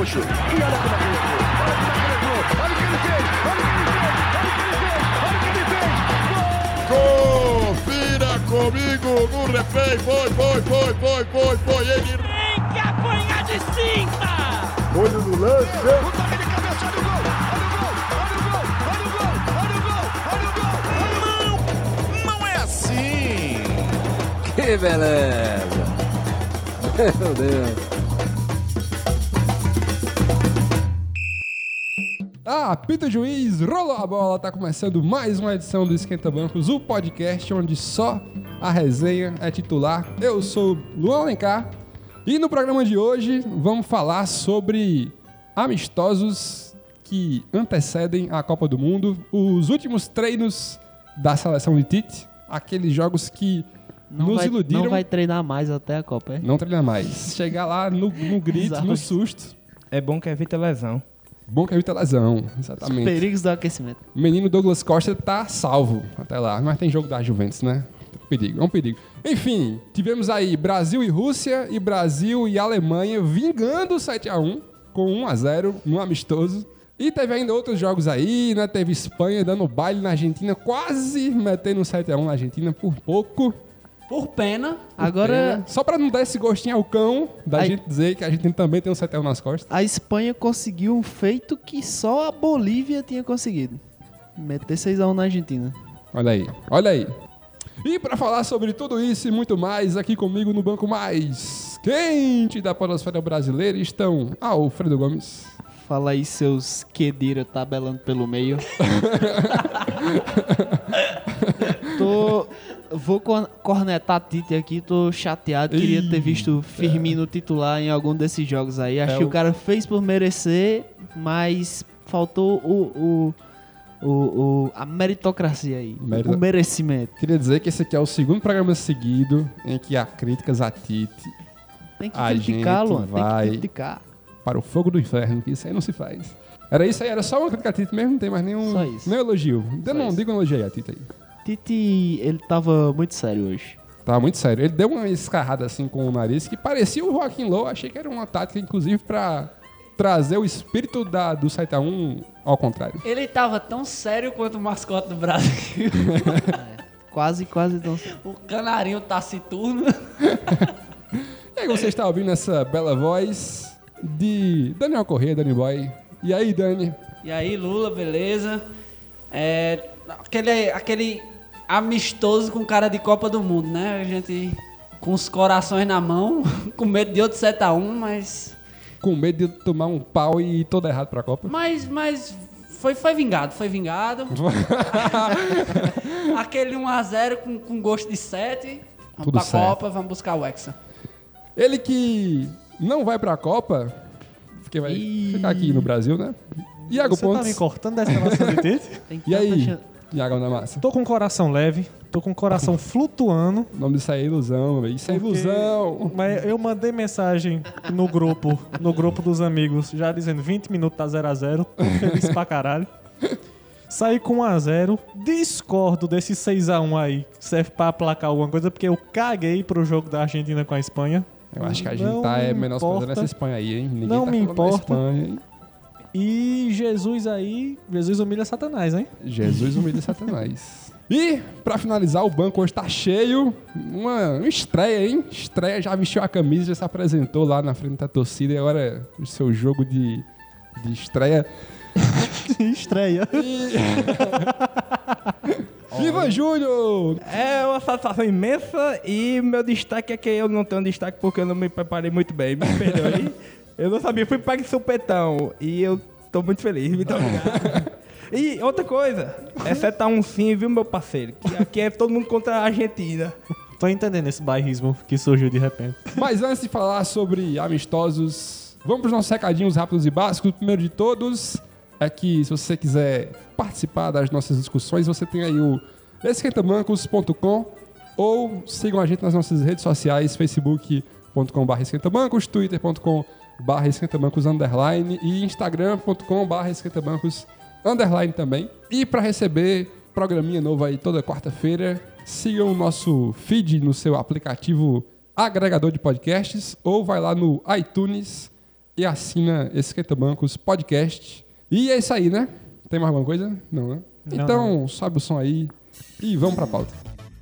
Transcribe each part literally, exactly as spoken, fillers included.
Gaúcho. E olha como é que ele entrou. Olha como é que ele entrou. Olha o que ele fez. Olha o que ele fez. Olha o que ele fez. Confira comigo no replay. Foi, foi, foi, foi, foi, foi. Ele tem que apanhar de cinta. Olho no lance. O toque de cabeça, olha o gol. Olha o gol. Olha o gol. Olha o gol. Olha o gol. Olha o gol. Não, não é assim. Que beleza. Meu Deus. Ah, apita o juiz, rolou a bola, tá começando mais uma edição do Esquenta Bancos, o podcast onde só a resenha é titular. Eu sou Luan Alencar e no programa de hoje vamos falar sobre amistosos que antecedem a Copa do Mundo, os últimos treinos da seleção de Tite, aqueles jogos que não nos vai, iludiram. Não vai treinar mais até a Copa, é? Não treinar mais. Chegar lá no, no grito, no susto. É bom que evita lesão. Bom que evita lesão, exatamente. Os perigos do aquecimento. O menino Douglas Costa tá salvo até lá, mas tem jogo da Juventus, né? É um perigo, é um perigo. Enfim, tivemos aí Brasil e Rússia e Brasil e Alemanha vingando sete a um com um a zero no amistoso. E teve ainda outros jogos aí, né? Teve Espanha dando baile na Argentina, quase metendo sete a um na Argentina por pouco. Por pena. Por Agora, pena. Só pra não dar esse gostinho ao cão, da Aí... gente dizer que a gente também tem um sete a um nas costas. A Espanha conseguiu um feito que só a Bolívia tinha conseguido. Meter seis a um na Argentina. Olha aí, olha aí. E pra falar sobre tudo isso e muito mais, aqui comigo no banco mais quente da podosfera brasileira estão Alfredo Gomes. Fala aí, seus quedeira tabelando pelo meio. Tô... Vou cornetar Tite aqui, tô chateado. Queria Eita. ter visto Firmino titular em algum desses jogos aí. Acho É que o... o cara fez por merecer, mas faltou o, o, o, o, a meritocracia aí. Merito... O merecimento. Queria dizer que esse aqui é o segundo programa seguido em que há críticas a Tite. Tem que a criticar, Luan. vai Tem que criticar. Para o fogo do inferno, que isso aí não se faz. Era isso aí, era só uma crítica a Tite mesmo, não tem mais nenhum, Só isso. nenhum elogio. Eu não isso. digo um elogio aí a Tite aí. Tite, ele tava muito sério hoje. Tava muito sério. Ele deu uma escarrada assim com o nariz que parecia o Joaquim Low. Achei que era uma tática, inclusive, pra trazer o espírito da, do sete a um ao contrário. Ele tava tão sério quanto o mascote do Brasil. É, quase, quase tão sério. O canarinho taciturno. E aí você está ouvindo essa bela voz de Daniel Corrêa, Dani Boy. E aí, Dani? E aí, Lula, beleza? É, aquele, aquele amistoso com cara de Copa do Mundo, né? A gente com os corações na mão, com medo de outro sete a um, mas... Com medo de tomar um pau e ir todo errado pra Copa. Mas, mas foi, foi vingado, foi vingado. Aquele um a zero com, com gosto de sete. Vamos Tudo pra certo. Copa, vamos buscar o Hexa. Ele que não vai pra Copa, porque vai Ih. ficar aqui no Brasil, né? Iago Você Pontes. tá me cortando dessa relação de Tite? Tem E aí, tanta chan- Iago da Massa? Tô com o coração leve, tô com o coração flutuando. O nome disso aí é ilusão, velho. Isso é porque- ilusão. Mas eu mandei mensagem no grupo, no grupo dos amigos, já dizendo vinte minutos tá zero a zero. Tô feliz pra caralho. Saí com um a zero. Discordo desse seis a um aí, que serve pra aplacar alguma coisa, porque eu caguei pro jogo da Argentina com a Espanha. Eu acho que a gente Não tá é, me menosprezando importa. essa Espanha aí, hein? Ninguém Não tá me falando da importa. Espanha, hein? E Jesus aí, Jesus humilha Satanás, hein? Jesus humilha Satanás. E, pra finalizar, o banco hoje tá cheio. Uma, uma estreia, hein? Estreia, já vestiu a camisa, já se apresentou lá na frente da torcida. E agora o seu jogo de, de estreia. Estreia. Ivan Júnior! É uma satisfação imensa e meu destaque é que eu não tenho destaque porque eu não me preparei muito bem. Me perdoe. Eu não sabia, fui pago de supetão e eu tô muito feliz. Muito obrigado. E outra coisa, é sete a um sim, viu, meu parceiro? Que aqui é todo mundo contra a Argentina. Tô entendendo esse bairrismo que surgiu de repente. Mas antes de falar sobre amistosos, vamos para os nossos recadinhos rápidos e básicos. O primeiro de todos é que, se você quiser participar das nossas discussões, você tem aí o esquenta bancos ponto com ou sigam a gente nas nossas redes sociais, facebook ponto com barra esquentabancos, twitter ponto com barra esquentabancos underline e instagram ponto com barra esquentabancos underline também. E para receber programinha novo aí toda quarta-feira, sigam o nosso feed no seu aplicativo agregador de podcasts ou vai lá no iTunes e assina Esquenta Bancos Podcast. E é isso aí, né? Tem mais alguma coisa? Não, né? Não, então, não. sobe o som aí e vamos pra pauta.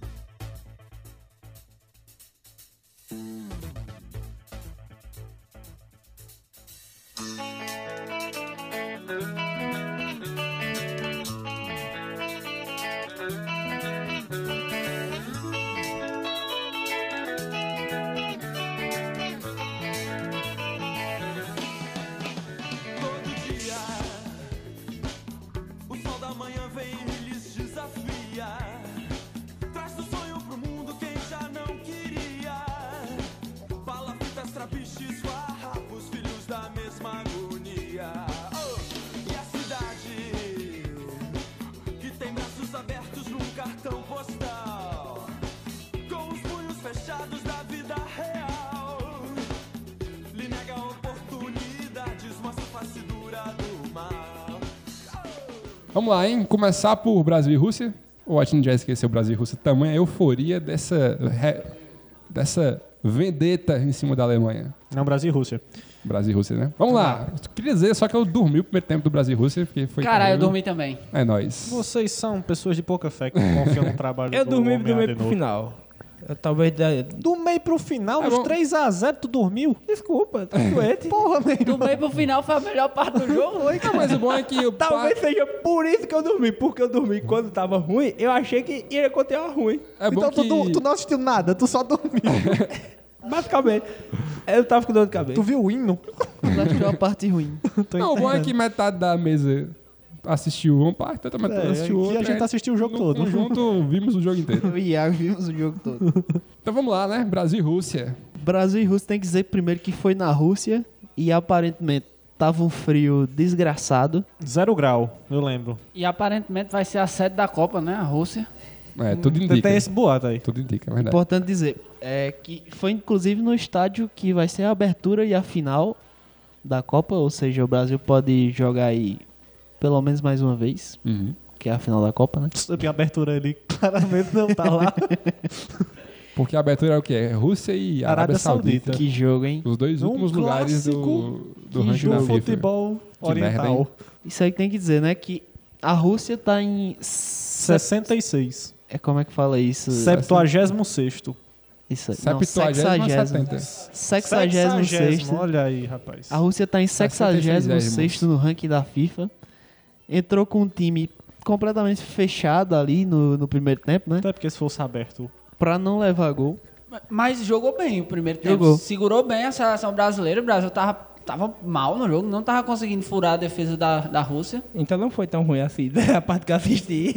Vamos lá, hein? Começar por Brasil e Rússia. Ou a gente já esqueceu Brasil e Rússia? Tamanha euforia dessa, re... dessa vendetta em cima da Alemanha. Não, Brasil e Rússia. Brasil e Rússia, né? Vamos lá. Eu queria dizer só que eu dormi o primeiro tempo do Brasil e Rússia, porque foi... Caralho, eu terrível. dormi também. É nóis. Vocês são pessoas de pouca fé que confiam no trabalho Eu do dormi homem do meio pro Adenor. final. Eu, talvez... Da... Do meio pro final, É os bom. três a zero, tu dormiu? Desculpa, tá doente. Porra, meu Do meio pro final foi a melhor parte do jogo. Não, mas o bom é que... o Talvez pa- seja por isso que eu dormi. Porque eu dormi quando tava ruim, eu achei que ia continuar ruim. É bom Então tu, que... tu, tu não assistiu nada, tu só dormiu. Basicamente. Eu tava com dor de cabeça. Tu viu o hino? Eu acho que é uma parte ruim. Tô Não, o bom é entendendo. que metade da mesa assistiu uma parte, outra metade É, assistiu aqui outra. a gente assistiu o jogo no todo. conjunto, vimos o jogo inteiro. Eu e Iago vimos o jogo todo. Então vamos lá, né? Brasil e Rússia. Brasil e Rússia tem que dizer primeiro que foi na Rússia e aparentemente tava um frio desgraçado. Zero grau, eu lembro. E aparentemente vai ser a sede da Copa, né? A Rússia. É, tudo Tem, indica. tem esse boato aí. Tudo indica, é verdade. Importante dizer, é que foi inclusive no estádio que vai ser a abertura e a final da Copa, ou seja, o Brasil pode jogar aí pelo menos mais uma vez, Uhum. que é a final da Copa, né? Sobre a abertura ali, claramente não tá lá. Porque a abertura é o quê? É Rússia e Arábia, Arábia Saudita. Saudita. Que jogo, hein? Os dois Um últimos lugares do, clássico do que ranking jogo da Do FIFA. futebol Que merda, oriental. hein? Isso aí que tem que dizer, né? Que a Rússia tá em... sessenta e seis. É como é que fala isso? septuagésimo sexto. Isso aí. Não, Septuagésimo a sexagésimo. setenta. Sexagésimo sexto. Olha aí, rapaz. A Rússia tá em sexagésimo sexto no ranking da FIFA. Entrou com um time completamente fechado ali no, no primeiro tempo, né? Até porque se fosse aberto. Pra não levar gol. Mas jogou bem o primeiro tempo. Jogou. Segurou bem a seleção brasileira. O Brasil tava, tava mal no jogo. Não tava conseguindo furar a defesa da, da Rússia. Então não foi tão ruim assim, a parte que eu assisti.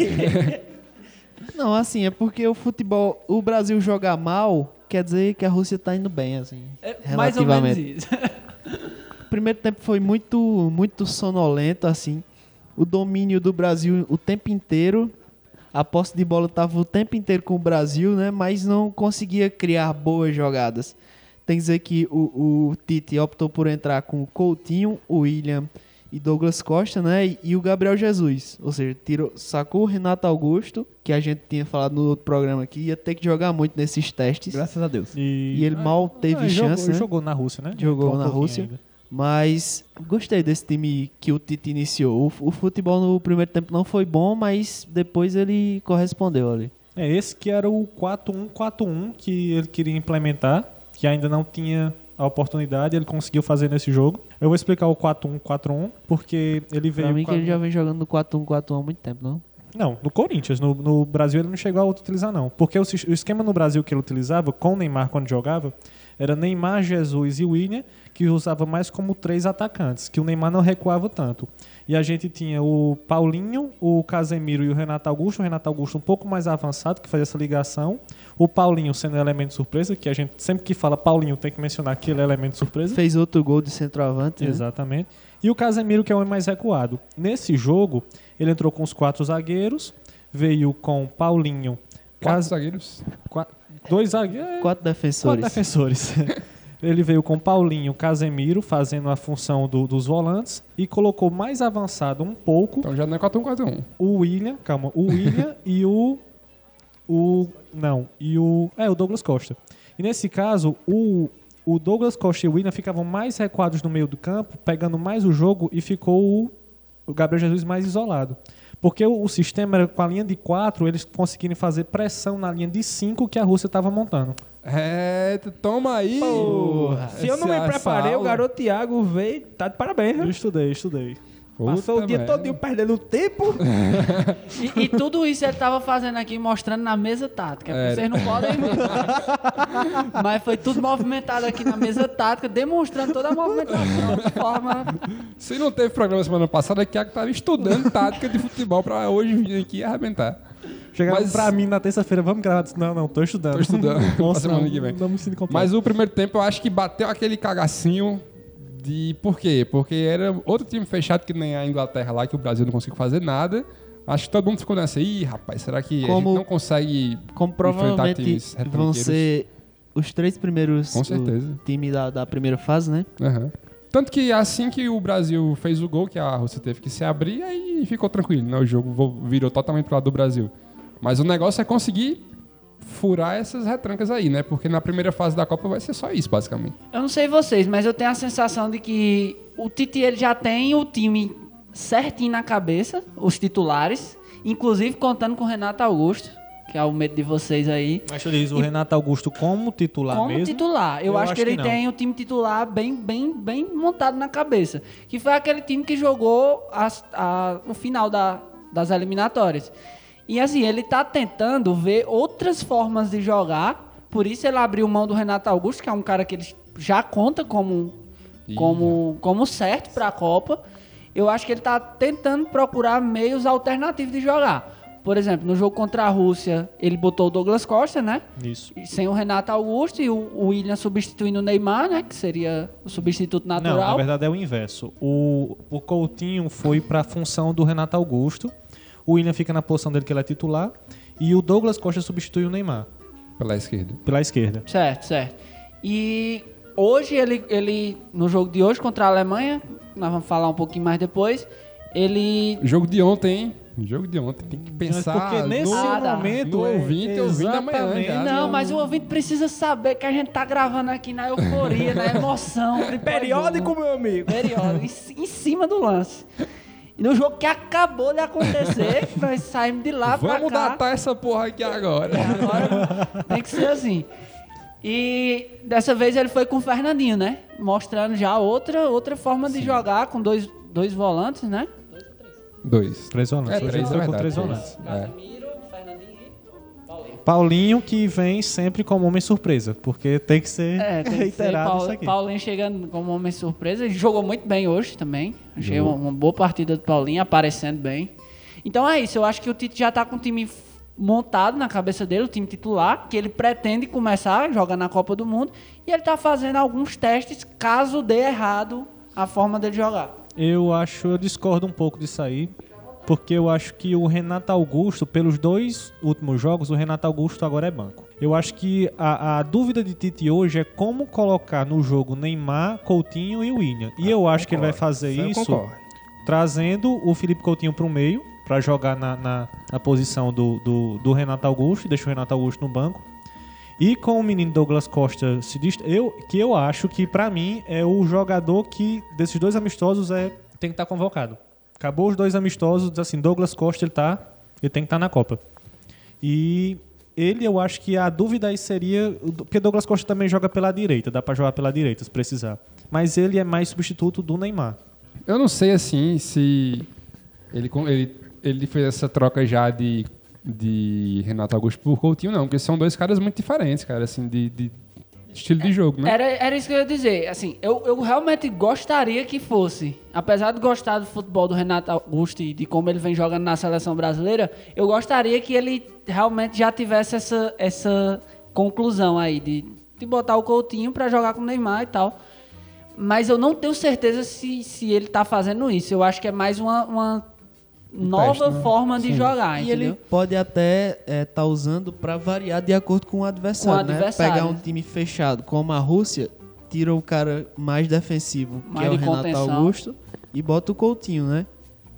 Não, assim, é porque o futebol... O Brasil jogar mal, quer dizer que a Rússia tá indo bem, assim. É mais ou menos relativamente. isso. O primeiro tempo foi muito, muito sonolento, assim. O domínio do Brasil o tempo inteiro. A posse de bola estava o tempo inteiro com o Brasil, né? Mas não conseguia criar boas jogadas. Tem que dizer que o, o Tite optou por entrar com o Coutinho, o William e Douglas Costa, né? E, e o Gabriel Jesus. Ou seja, tirou, sacou o Renato Augusto, que a gente tinha falado no outro programa aqui, ia ter que jogar muito nesses testes. Graças a Deus. E, E ele mal teve Ah, chance, jogou, né? jogou na Rússia, né? Jogou Entrou um na pouquinho Rússia. ainda. Mas gostei desse time que o Tite iniciou. O, o futebol no primeiro tempo não foi bom, mas depois ele correspondeu ali. É, esse que era o quatro um quatro um que ele queria implementar, que ainda não tinha a oportunidade, ele conseguiu fazer nesse jogo. Eu vou explicar o quatro um quatro um, porque ele veio... Pra mim com que a- ele já vem jogando no quatro um quatro um há muito tempo, não? Não, no Corinthians. No, no Brasil ele não chegou a utilizar, não. Porque o, sis- o esquema no Brasil que ele utilizava, com o Neymar quando jogava, era Neymar, Jesus e William, que usava mais como três atacantes, que o Neymar não recuava tanto. E a gente tinha o Paulinho, o Casemiro e o Renato Augusto. O Renato Augusto um pouco mais avançado, que fazia essa ligação. O Paulinho sendo um elemento surpresa, que a gente sempre que fala Paulinho tem que mencionar que ele é elemento surpresa. Fez outro gol de centroavante, né? Exatamente. E o Casemiro, que é o homem mais recuado. Nesse jogo, ele entrou com os quatro zagueiros, veio com Paulinho, Quatro Cas- zagueiros. qua- dois zagueiros, é, Quatro defensores. quatro defensores. Ele veio com Paulinho, Casemiro, fazendo a função do- dos volantes, e colocou mais avançado um pouco Então já não é quatro um quatro um. o William, calma, o William e o, o, não, e o, é, o Douglas Costa. E nesse caso, o, o Douglas Costa e o William ficavam mais recuados no meio do campo, pegando mais o jogo, e ficou o, o Gabriel Jesus mais isolado. Porque o, o sistema era com a linha de quatro, eles conseguirem fazer pressão na linha de cinco que a Rússia estava montando. É, toma aí. Porra. Se eu não me Essa preparei, o aula. garoto Thiago veio, tá de parabéns, Eu né? estudei, estudei. Passou Puta o dia merda. todinho perdendo tempo. E, e tudo isso ele tava fazendo aqui, mostrando na mesa tática. Era. Vocês não podem ver. Mas, mas foi tudo movimentado aqui na mesa tática, demonstrando toda a movimentação de forma... Se não teve programa semana passada, é que tava estudando tática de futebol pra hoje vir aqui e arrebentar. Chegaram Mas- pra mim na terça-feira, vamos gravar. Eu disse, Não, não, tô estudando. Tô estudando pra Nossa, semana não, que vem. não me sinto completo. Mas o primeiro tempo eu acho que bateu aquele cagacinho de... Por quê? Porque era outro time fechado que nem a Inglaterra lá, que o Brasil não conseguiu fazer nada. Acho que todo mundo ficou nessa. Ih, rapaz, será que a Como- gente não consegue Como enfrentar provavelmente times vão retranqueiros? ser os três primeiros Com certeza. o time da, da primeira fase, né? Aham. Tanto que assim que o Brasil fez o gol, que a Rússia teve que se abrir, aí ficou tranquilo, né? O jogo vo- virou totalmente pro lado do Brasil. Mas o negócio é conseguir furar essas retrancas aí, né? Porque na primeira fase da Copa vai ser só isso, basicamente. Eu não sei vocês, mas eu tenho a sensação de que o Tite ele já tem o time certinho na cabeça, os titulares, inclusive contando com o Renato Augusto, que é o medo de vocês aí. Mas tu diz, o E- Renato Augusto como titular Como mesmo? titular. Eu, Eu acho, acho que ele que não. tem o time titular bem, bem, bem montado na cabeça. Que foi aquele time que jogou as- a- o final da- das eliminatórias. E assim, ele tá tentando ver outras formas de jogar. Por isso ele abriu mão do Renato Augusto, que é um cara que ele já conta como, Ih. como, como certo para a Copa. Eu acho que ele tá tentando procurar meios alternativos de jogar. Por exemplo, no jogo contra a Rússia, ele botou o Douglas Costa, né? Isso. E sem o Renato Augusto e o, o William substituindo o Neymar, né? Que seria o substituto Não, na natural. verdade é o inverso. O, o Coutinho foi para a função do Renato Augusto, o William fica na posição dele que ele é titular, e o Douglas Costa substitui o Neymar Pela esquerda. pela esquerda. Certo, certo. E hoje, ele, ele no jogo de hoje contra a Alemanha, nós vamos falar um pouquinho mais depois, ele... Jogo de ontem, hein? Jogo de ontem. Tem que pensar Porque nesse no, Ah, dá. momento no é ouvinte, ouvindo amanhã exatamente. já. Não, mas o ouvinte precisa saber que a gente tá gravando aqui na euforia, na emoção. de Periódico, meu amigo. Periódico, em, ci- em cima do lance. E no jogo que acabou de acontecer, nós saímos de lá pra cá. Vamos datar essa porra aqui agora. Agora tem que ser assim. E dessa vez ele foi com o Fernandinho, né? Mostrando já outra, outra forma de jogar com dois, dois volantes, né? Dois. Três volantes. É, Hoje três, ele foi é com verdade. três três. volantes. É. Casemiro, Fernandinho e Paulinho. Paulinho que vem sempre como homem surpresa, porque tem que ser É, tem que ser reiterado Paul- isso aqui. Paulinho chegando como homem surpresa. Ele jogou muito bem hoje também. Achei uma, uma boa partida do Paulinho, aparecendo bem. Então é isso, eu acho que o Tite já tá com o time f- montado na cabeça dele, o time titular, que ele pretende começar a jogar na Copa do Mundo. E ele tá fazendo alguns testes, caso dê errado a forma dele jogar. Eu acho, eu discordo um pouco disso aí, porque eu acho que o Renato Augusto, pelos dois últimos jogos, o Renato Augusto agora é banco. Eu acho que a, a dúvida de Tite hoje é como colocar no jogo Neymar, Coutinho e William. E eu acho que ele vai fazer Isso eu isso concordo. trazendo o Felipe Coutinho para o meio, para jogar na, na, na posição do, do, do Renato Augusto, e deixa o Renato Augusto no banco. E com o menino Douglas Costa se dist... eu que eu acho que pra mim é o jogador que desses dois amistosos é tem que estar convocado. Acabou os dois amistosos, assim, Douglas Costa ele tá, ele tem que estar na Copa. E ele eu acho que a dúvida aí seria, porque Douglas Costa também joga pela direita, dá pra jogar pela direita se precisar. Mas ele é mais substituto do Neymar. Eu não sei, assim, se ele, com- ele, ele fez essa troca já de, de Renato Augusto por Coutinho, não. Porque são dois caras muito diferentes, cara, assim, de, de estilo de jogo, né? Era, era isso que eu ia dizer. Assim, eu, eu realmente gostaria que fosse. Apesar de gostar do futebol do Renato Augusto e de como ele vem jogando na seleção brasileira, eu gostaria que ele realmente já tivesse essa, essa conclusão aí de, de botar o Coutinho pra jogar com o Neymar e tal. Mas eu não tenho certeza se, se ele tá fazendo isso. Eu acho que é mais uma, uma nova teste, né? forma de Sim. jogar, E entendeu? ele pode até estar usando para variar de acordo com o adversário, Com o né? adversário. Pegar um time fechado como a Rússia, tira o cara mais defensivo, Mais que é o de Renato contenção. Augusto, e bota o Coutinho, né?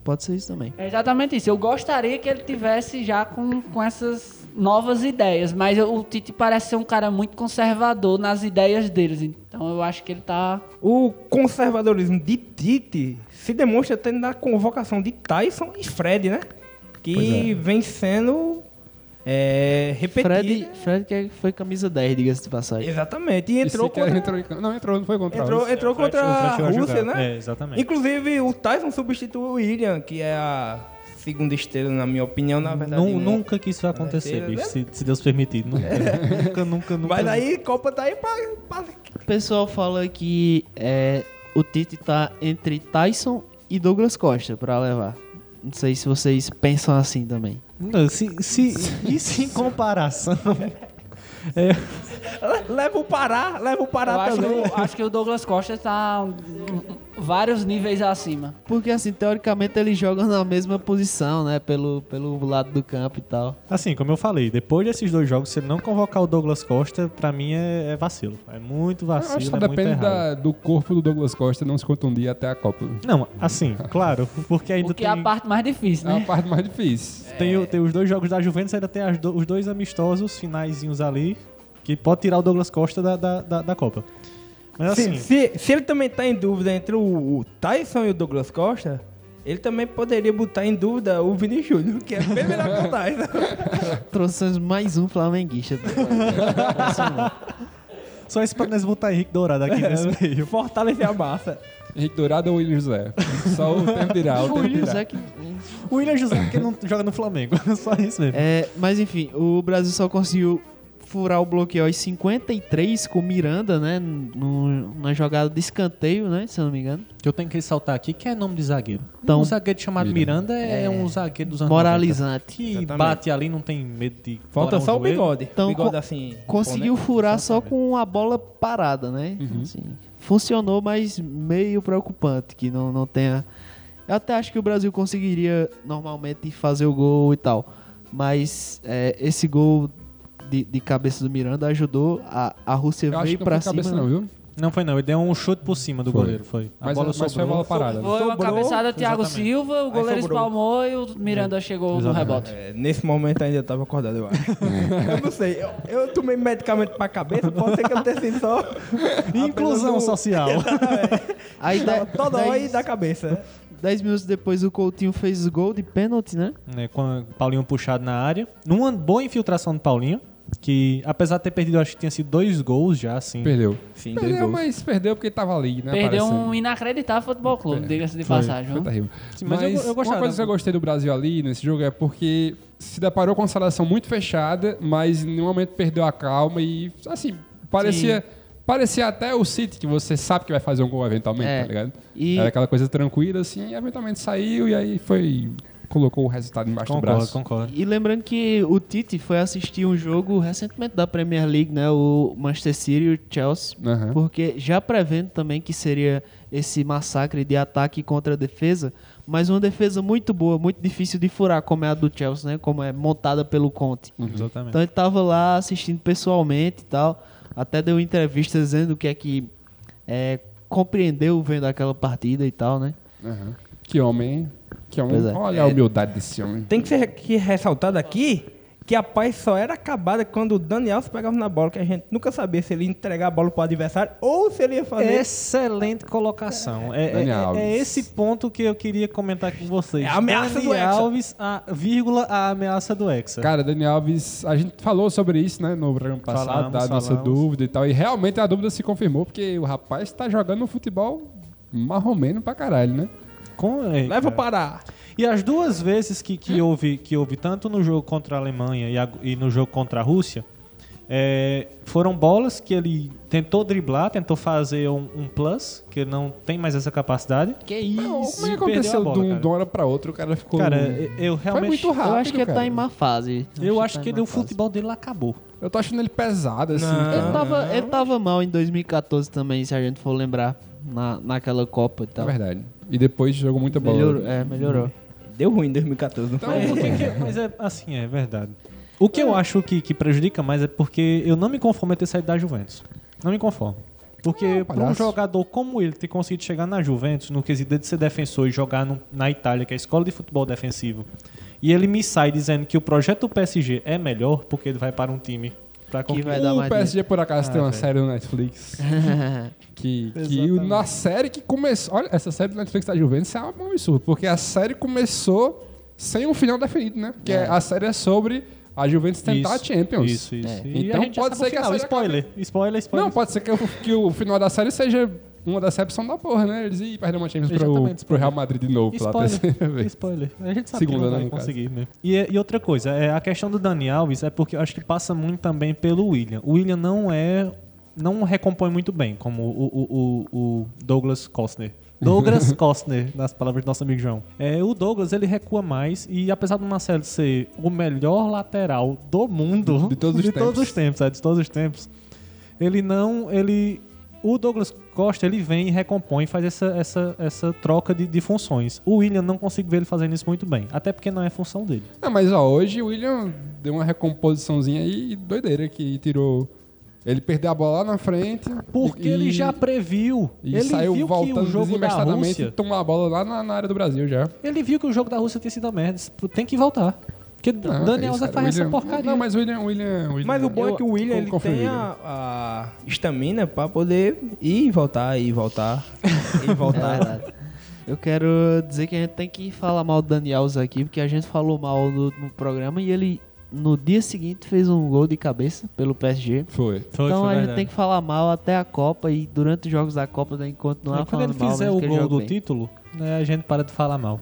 Pode ser isso também. É exatamente isso. Eu gostaria que ele tivesse já com, com essas novas ideias, mas eu- o Tite parece ser um cara muito conservador nas ideias deles. Então eu acho que ele tá. O conservadorismo de Tite se demonstra até na convocação de Tyson e Fred, né? Que vem sendo é, repetido. Fred, Fred que foi camisa dez, diga-se de passagem. Exatamente. E E entrou sequer contra... entrou em campo. Não, entrou, não foi contra a Entrou, Rússia. entrou O Fred- contra o Fred a chegou a Rússia, jogar. né? É, exatamente. Inclusive, o Tyson substituiu o William, que é a segunda estrela, na minha opinião, na verdade. Nu- né? Nunca que isso vai acontecer, Terceira, bicho, né? se, se Deus permitir. Nunca, nunca, nunca, nunca. Mas aí, Copa tá aí pra... pra... O pessoal fala que é, o Tite tá entre Tyson e Douglas Costa pra levar. Não sei se vocês pensam assim também. Não, se, se, isso em comparação. É, Leva o Pará, leva o Eu Pará acho que, também. o, acho que o Douglas Costa tá um- um- vários níveis acima. Porque assim, teoricamente eles jogam na mesma posição, né? Pelo, pelo lado do campo e tal. assim, como eu falei, depois desses dois jogos, se ele não convocar o Douglas Costa, pra mim é, é vacilo. É muito Eu vacilo, acho que só é muito depende errado. da- do corpo do Douglas Costa não se contundir até a Copa. Não, assim, claro, porque ainda O que tem, é a parte mais difícil, É a né? parte mais difícil. tem, o- tem os dois jogos da Juventus, ainda tem as do- os dois amistosos finaizinhos ali, que pode tirar o Douglas Costa da, da, da, da Copa. Mas Se, assim, se, se ele também tá em dúvida entre o, o Tyson e o Douglas Costa, ele também poderia botar em dúvida o Vini Júnior, que é bem melhor que o Tyson. Trouxemos mais um flamenguista. só isso pra nós botar Henrique Dourado aqui nesse meio. Fortalecer a massa. Henrique Dourado ou William José? Só o tempo dirá, o O tempo William dirá. Zé que... O William José, porque não joga no Flamengo. Só isso mesmo. É, mas enfim, o Brasil só conseguiu furar o bloqueio aos cinquenta e três com o Miranda, né? No, na jogada de escanteio, né? Se eu não me engano. Que eu tenho que ressaltar aqui que é nome de zagueiro. Então, um zagueiro chamado Miranda, é, um zagueiro dos anos moralizante. noventa, que Exatamente. bate ali, não tem medo de. Falta furar só um o joelho. bigode. Então, bigode co- assim. Conseguiu imponente. furar só com a bola parada, né? Assim, funcionou, mas meio preocupante que não, não tenha... Eu até acho que o Brasil conseguiria normalmente fazer o gol e tal. Mas é, esse gol de, de cabeça do Miranda ajudou. A, a Rússia Eu acho veio que não pra foi cima. cabeça não, viu? Não foi não, ele deu um chute por cima do Foi. goleiro, foi. A Mas, bola mas foi a sobrou. bola parada. Foi uma Sobrou, cabeçada do Thiago exatamente. Silva, o goleiro sobrou. espalmou e o Miranda chegou no rebote. É, nesse momento ainda eu tava acordado, eu acho. eu não sei. Eu, eu tomei medicamento pra cabeça, pode ser que eu tenha sido só. Inclusão apenas o- social. Aí Tava de- todo aí dez, da cabeça. dez minutos depois o Coutinho fez o gol de pênalti, né? né, com o Paulinho puxado na área. Numa boa infiltração do Paulinho, que apesar de ter perdido, acho que tinha sido dois gols já, assim. Perdeu. Sim, dois Perdeu, gols. mas perdeu porque tava ali, né? Perdeu aparecendo. um inacreditável futebol clube, diga-se de Foi, passagem. foi viu? terrível. Sim, mas mas eu- eu gostava uma coisa da- que eu gostei do Brasil ali nesse jogo é porque se deparou com uma seleção muito fechada, mas em nenhum momento perdeu a calma e, assim, parecia, parecia até o City, que você sabe que vai fazer um gol eventualmente, É. tá ligado? E- Era aquela coisa tranquila, assim, e eventualmente saiu e aí foi... colocou o resultado embaixo do Concordo, braço. concordo. E lembrando que o Tite foi assistir um jogo recentemente da Premier League, né? O Manchester City e o Chelsea. Aham. Porque já prevendo também que seria esse massacre de ataque contra a defesa, mas uma defesa muito boa, muito difícil de furar, como é a do Chelsea, né? Como é montada pelo Conte. Exatamente. Então ele tava lá assistindo pessoalmente e tal. Até deu entrevista dizendo o que é que é, compreendeu vendo aquela partida e tal, né? Aham. Que homem, que homem. Pois é. Olha a humildade desse homem. Tem que ser que ressaltado aqui que a paz só era acabada quando o Daniel se pegava na bola, que a gente nunca sabia se ele ia entregar a bola pro adversário ou se ele ia fazer. Excelente colocação. É, Dani é- Alves. é esse ponto que eu queria comentar com vocês. É a ameaça Dani do Hexa. Alves, a, vírgula, a ameaça do Hexa. Cara, Dani Alves, a gente falou sobre isso, né, no programa passado, Falamos, da nossa falamos. dúvida e tal. E realmente a dúvida se confirmou, porque o rapaz tá jogando um futebol marromeno pra caralho, né? Com, é, Leva cara. para. E as duas vezes que, que, houve, que houve, tanto no jogo contra a Alemanha e, a- e no jogo contra a Rússia, é, foram bolas que ele tentou driblar, tentou fazer um, um plus, que ele não tem mais essa capacidade. Que isso? Como é e que perdeu aconteceu a bola, de, um, cara. de uma hora pra outra? O cara ficou... Cara, eu, eu Foi realmente... muito rápido, Eu acho que ele cara. tá em má fase. Eu acho tá que em ele- má o fase. futebol dele acabou. Eu tô achando ele pesado, assim. Não. cara. Ele tava, ele tava mal em dois mil e catorze também, se a gente for lembrar, na, naquela Copa e É tal. verdade. E depois jogou muita bola. Melhorou, é, melhorou. Deu ruim em dois mil e catorze, não Então, foi? É, porque que- mas é assim, é verdade. O que eu acho que, que prejudica mais é porque eu não me conformo em ter saído da Juventus. Não me conformo. Porque para um palhaço. jogador como ele ter conseguido chegar na Juventus, no quesito de ser defensor e jogar no- na Itália, que é a escola de futebol defensivo, e ele me sai dizendo que o projeto do P S G é melhor, porque ele vai para um time para Que vai conquistar. dar O mais P S G, por acaso, Ah, tem uma velho. série no Netflix. que, que Exatamente. na série que começou... Olha, essa série do Netflix da Juventus é um absurdo. Porque a série começou sem um final definido, né? Porque a série é sobre a Juventus tentar a Champions. Isso, isso. É. E Então a gente já pode sabe o ser que a final. série Spoiler. Spoiler, spoiler. Não, pode ser que, o- que o final da série seja uma decepção da porra, né? Eles iam perder uma Champions pro, Exatamente, pro Real Madrid de novo pela Spoiler. terceira vez. Spoiler. A gente sabe Segunda, que não né, vai no caso. conseguir mesmo. E, e outra coisa, é, a questão do Dani Alves é porque eu acho que passa muito também pelo William. O William não é... Não recompõe muito bem, como o, o, o, o Douglas Costner. Douglas Costner, nas palavras do nosso amigo João. É, o Douglas, ele recua mais e apesar do Marcelo ser o melhor lateral do mundo... De todos os de tempos. todos os tempos, é, de todos os tempos. Ele não... Ele... O Douglas Costa, ele vem e recompõe e faz essa, essa, essa troca de, de funções. O William, não consigo ver ele fazendo isso muito bem. Até porque não é função dele. Não, mas ó, hoje o William deu uma recomposiçãozinha aí doideira que tirou... Ele perdeu a bola lá na frente. Porque e, ele já previu. E ele saiu viu que voltando o jogo da desinvestadamente e Rússia... tomou a bola lá na, na área do Brasil já. Ele viu que o jogo da Rússia tinha sido uma merda. Tem que voltar. Porque Não, Daniel é isso, Alves cara. faz essa William- porcaria. Não, mas o William... William, William Mas o bom é que o William ele confio no tem William. a a estamina pra poder ir e voltar, ir e voltar, ir e É voltar. verdade. Eu quero dizer que a gente tem que falar mal do Dani Alves aqui, porque a gente falou mal no, no programa e ele, no dia seguinte, fez um gol de cabeça pelo P S G. Foi. Foi, então foi a gente verdade. tem que falar mal até a Copa e durante os jogos da Copa tem que continuar Mas quando ele falando mal. fizer mesmo o que ele gol joga do bem. título, né, a gente para de falar mal.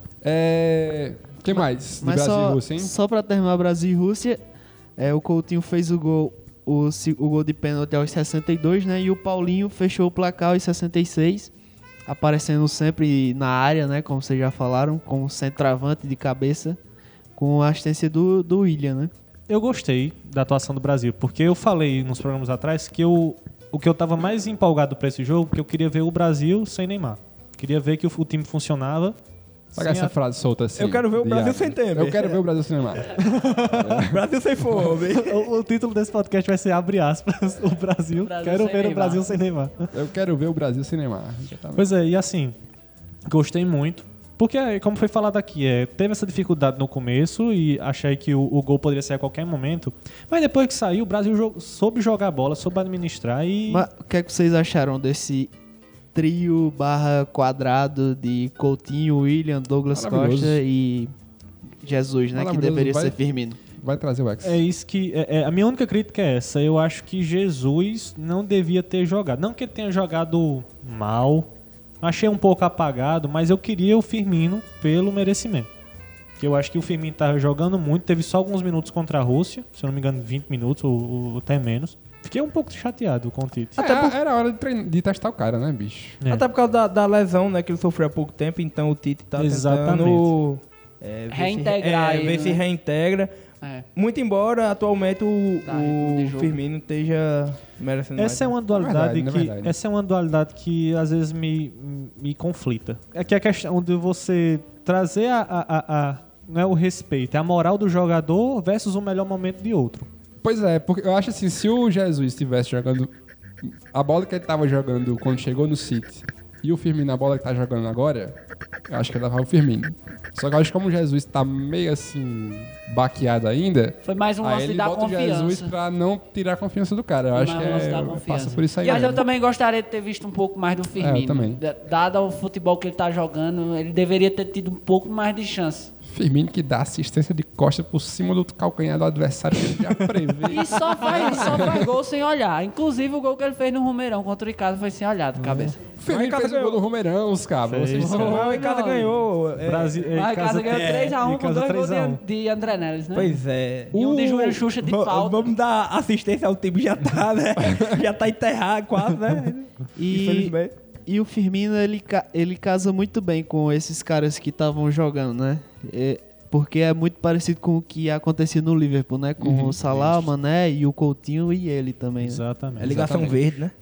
É... O que mais? De Mas Brasil só, e Rússia, hein? só pra terminar Brasil e Rússia, é, o Coutinho fez o gol, o, se- o gol de pênalti aos sessenta e dois, né? E o Paulinho fechou o placar aos sessenta e seis, aparecendo sempre na área, né? Como vocês já falaram, com centroavante de cabeça, com a assistência do, do William, né? Eu gostei da atuação do Brasil, porque eu falei nos programas atrás que eu, o que eu tava mais empolgado pra esse jogo, que eu queria ver o Brasil sem Neymar. Queria ver que o, o time funcionava. Paga sem essa a- frase solta assim. Eu quero ver o de Brasil Iago. sem Temer. Eu quero ver o Brasil sem Neymar. Brasil sem fome. O, o título desse podcast vai ser abre aspas, o Brasil. Brasil Quero sem ver o Neymar. Brasil sem Neymar. Eu quero ver o Brasil sem Neymar. Exatamente. Pois é, e assim, gostei muito. Porque, como foi falado aqui, é, teve essa dificuldade no começo e achei que o, o gol poderia sair a qualquer momento. Mas depois que saiu, o Brasil jo- soube jogar bola, soube administrar e... Mas o que é que vocês acharam desse trio barra quadrado de Coutinho, William, Douglas Maravilhoso. Costa e Jesus, né? Que Maravilhoso, deveria vai- ser Firmino. Vai trazer o X. É isso que... É, é, a minha única crítica é essa. Eu acho que Jesus não devia ter jogado. Não que ele tenha jogado mal. Achei um pouco apagado, mas eu queria o Firmino pelo merecimento. Que eu acho que o Firmino estava jogando muito. Teve só alguns minutos contra a Rússia. Se eu não me engano, vinte minutos ou, ou até menos. Fiquei um pouco chateado com o Tite. Até Era hora de, trein- de testar o cara, né, bicho? É. Até por causa da, da lesão, né, que ele sofreu há pouco tempo, então o Tite tá Exatamente. tentando é, ver Reintegrar se, é, ele, ver se né? reintegra. É. Muito embora atualmente o, Tá, ritmo de o jogo. Firmino esteja merecendo Essa é mais. uma dualidade verdade, é que verdade. essa é uma dualidade que às vezes me, me conflita. É que a questão de você trazer a, a, a, a- não é o respeito, é a moral do jogador versus o melhor momento de outro. Pois é, porque eu acho assim, se o Jesus estivesse jogando a bola que ele tava jogando quando chegou no City e o Firmino a bola que tá jogando agora, eu acho que ele levava o Firmino. Só que eu acho que como o Jesus tá meio assim baqueado ainda, Foi mais um aí lance ele da bota o Jesus confiança. pra não tirar a confiança do cara. Eu Foi acho mais que um lance da é, confiança. passa por isso aí. Mas eu mesmo. também gostaria de ter visto um pouco mais do Firmino. É, eu também. D- Dado o futebol que ele tá jogando, ele deveria ter tido um pouco mais de chance. Firmino que dá assistência de costa por cima do calcanhar do adversário que ele já prevê. E só faz, só faz gol sem olhar. Inclusive o gol que ele fez no Romeirão contra o Icasa foi sem olhar de cabeça. O Firmino Mas fez o ganhou. gol do Romeirão, os cabos. Fez. Vocês Mas o Icasa Não. ganhou. é, Brasil, Mas o Icasa ganhou três a um com dois gols de, de André Neres, né? Pois é. E um de O- Júnior Xuxa de Va- falta. Vamos dar assistência ao time, já tá, né? já tá enterrado quase, né? E, Infelizmente. e o Firmino, ele, ca- ele casa muito bem com esses caras que estavam jogando, né? É, porque é muito parecido com o que acontecia no Liverpool, né? Com o Salah, o Mané e o Coutinho e ele também. Né? Exatamente. É ligação verde, né?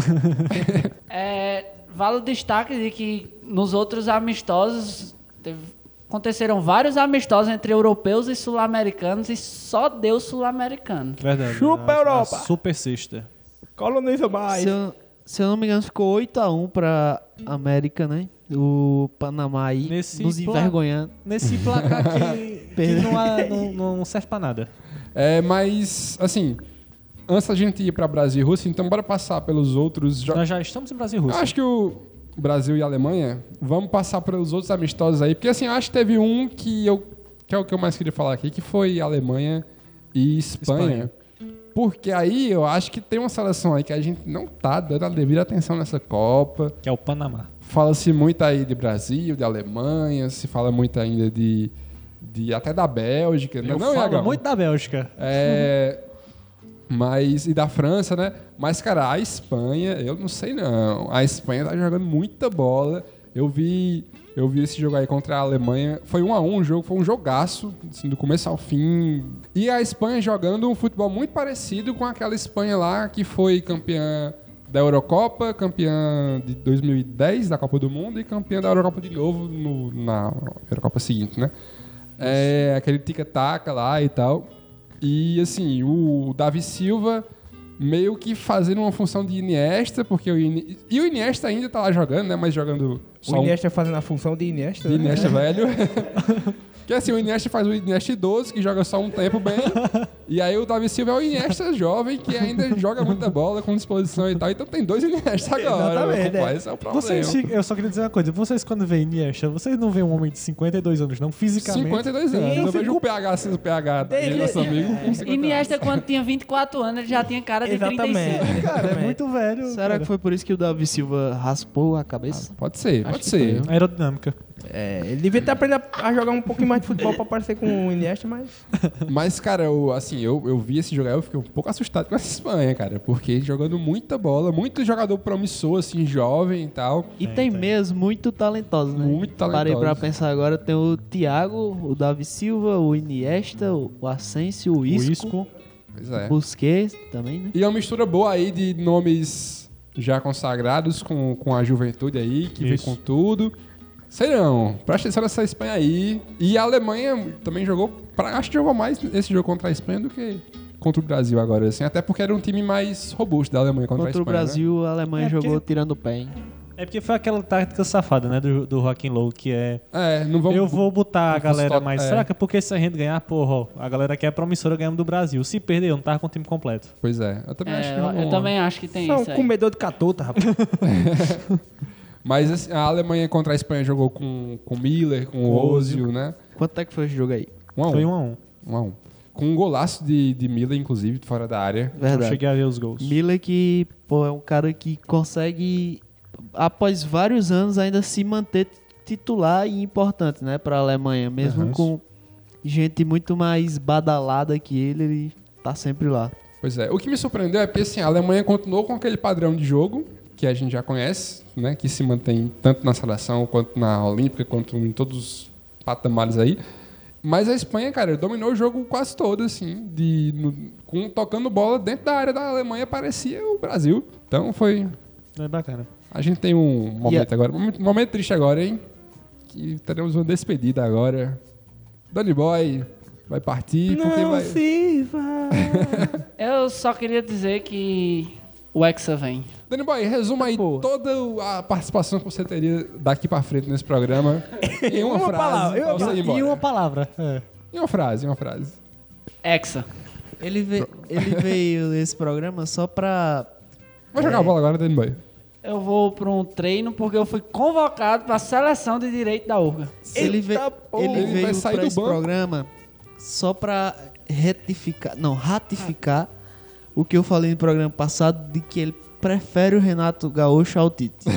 É, vale o destaque de que nos outros amistosos teve- aconteceram vários amistosos entre europeus e sul-americanos e só deu sul-americano. Verdade. Chupa A- a Europa. Super sexta. Coloniza mais. Se eu, se eu não me engano, ficou oito a um pra América, né? O Panamá aí Nesse nos pla- envergonhando. Nesse placar que, que não, há- não- não serve pra nada. É, mas, assim, antes da gente ir pra Brasil e Rússia, então bora passar pelos outros jogos. Nós já estamos em Brasil e Eu Rússia. acho que o Brasil e a Alemanha, vamos passar pelos outros amistosos aí, porque assim, eu acho que teve um que, eu, que é o que eu mais queria falar aqui, que foi Alemanha e Espanha. Espanha. Porque aí eu acho que tem uma seleção aí que a gente não tá dando a devida atenção nessa Copa. Que é o Panamá. Fala-se muito aí de Brasil, de Alemanha, se fala muito ainda de, de até da Bélgica, né? Eu Não, falo Iagão? muito da Bélgica. É, mas, e da França, né? Mas, cara, a Espanha, eu não sei não. A Espanha tá jogando muita bola. Eu vi, eu vi esse jogo aí contra a Alemanha. Foi um a um o jogo, foi um jogaço, assim, do começo ao fim. E a Espanha jogando um futebol muito parecido com aquela Espanha lá que foi campeã da Eurocopa, campeã de dois mil e dez da Copa do Mundo e campeã da Eurocopa de novo no, na Eurocopa seguinte, né? É, aquele tic-tac lá e tal. E, assim, o Davi Silva meio que fazendo uma função de Iniesta, porque o Ini... E o Iniesta ainda tá lá jogando, né? Mas jogando só O Iniesta fazendo a função de Iniesta. um... de né? Iniesta velho. Que assim, o Iniesta faz o Iniesta idoso, que joga só um tempo bem. E aí o Davi Silva é o Iniesta jovem, que ainda joga muita bola, com disposição e tal. Então tem dois Iniesta agora. Exatamente, Compa, é. esse é o problema. Vocês, fi- eu só queria dizer uma coisa. Vocês, quando veem Iniesta, vocês não veem um homem de cinquenta e dois anos, não? Fisicamente. cinquenta e dois anos. Eu vejo o P H assim, o P H de nosso amigo com cinquenta anos. Iniesta, quando tinha vinte e quatro anos, ele já tinha cara de trinta e Exatamente. cinco. Cara, é muito velho. Será cara. que foi por isso que o Davi Silva raspou a cabeça? Pode ser, Acho pode que ser. foi. Aerodinâmica. É, ele devia ter aprendido a jogar um pouquinho mais de futebol pra parecer com o Iniesta, mas... Mas, cara, eu, assim, eu, eu vi esse jogo aí, eu fiquei um pouco assustado com essa Espanha, cara. Porque jogando muita bola, muito jogador promissor, assim, jovem e tal. E tem meias muito talentosos, né? Muito Parei talentosos. pra pensar agora, tem o Thiago, o Davi Silva, o Iniesta, o o Asensio, o O Isco, Isco. Pois é. o Busquets também, né? E é uma mistura boa aí de nomes já consagrados com, com a juventude aí, que vem Isso. com tudo. Sei não, presta atenção nessa Espanha aí. E a Alemanha também jogou, pra, acho que jogou mais esse jogo contra a Espanha do que contra o Brasil agora, assim. Até porque era um time mais robusto da Alemanha contra, Contra a o Espanha, né? Brasil, a Alemanha É, porque- jogou tirando o pé, hein? É porque foi aquela tática safada, né, do, do Joaquim Low, que é... É, não vamos... eu vou botar a vamos galera só- mais é. fraca, porque se a gente ganhar, porra, ó, a galera que é promissora ganhamos do Brasil. Se perder, eu não tava com o time completo. Pois é, eu também acho É, que eu, rolou eu uma- também acho que tem São isso aí. comedor de catota, rapaz. Mas assim, a Alemanha contra a Espanha jogou com com Miller, com o Ozil, né? Quanto é que foi esse jogo aí? Um a um. Foi um a um. Um a um. Com um golaço de, de Miller, inclusive, de fora da área. Eu Verdade. cheguei a ver os gols. Miller que, pô, é um cara que consegue, após vários anos, ainda se manter titular e importante, né, pra Alemanha. Mesmo Aham. com gente muito mais badalada que ele, ele tá sempre lá. Pois é. O que me surpreendeu é porque assim, a Alemanha continuou com aquele padrão de jogo que a gente já conhece, né? Que se mantém tanto na seleção, quanto na Olímpica, quanto em todos os patamares aí. Mas a Espanha, cara, dominou o jogo quase todo, assim, de, no- com, tocando bola dentro da área da Alemanha, parecia o Brasil. Então foi... É bacana. A gente tem um momento E a- agora, um momento triste agora, hein? Que teremos uma despedida agora. Danny Boy vai partir, porque Não vai... se vá. Eu só queria dizer que o Hexa vem. Danny Boy, resuma aí Porra. toda a participação que você teria daqui pra frente nesse programa em uma, Uma frase. palavra, pra eu- você ir embora. E uma palavra. É. Em uma frase, em uma frase. Hexa. Ele, ve- ele veio nesse programa só pra... Vai jogar a bola agora, Danny Boy. Eu vou pra um treino porque eu fui convocado pra seleção de direito da U R G A. Ele, ve- porra. ele Ele vai veio sair pra do esse banco. programa só pra retificar, não, ratificar o que eu falei no programa passado de que ele prefere o Renato Gaúcho ao Tite.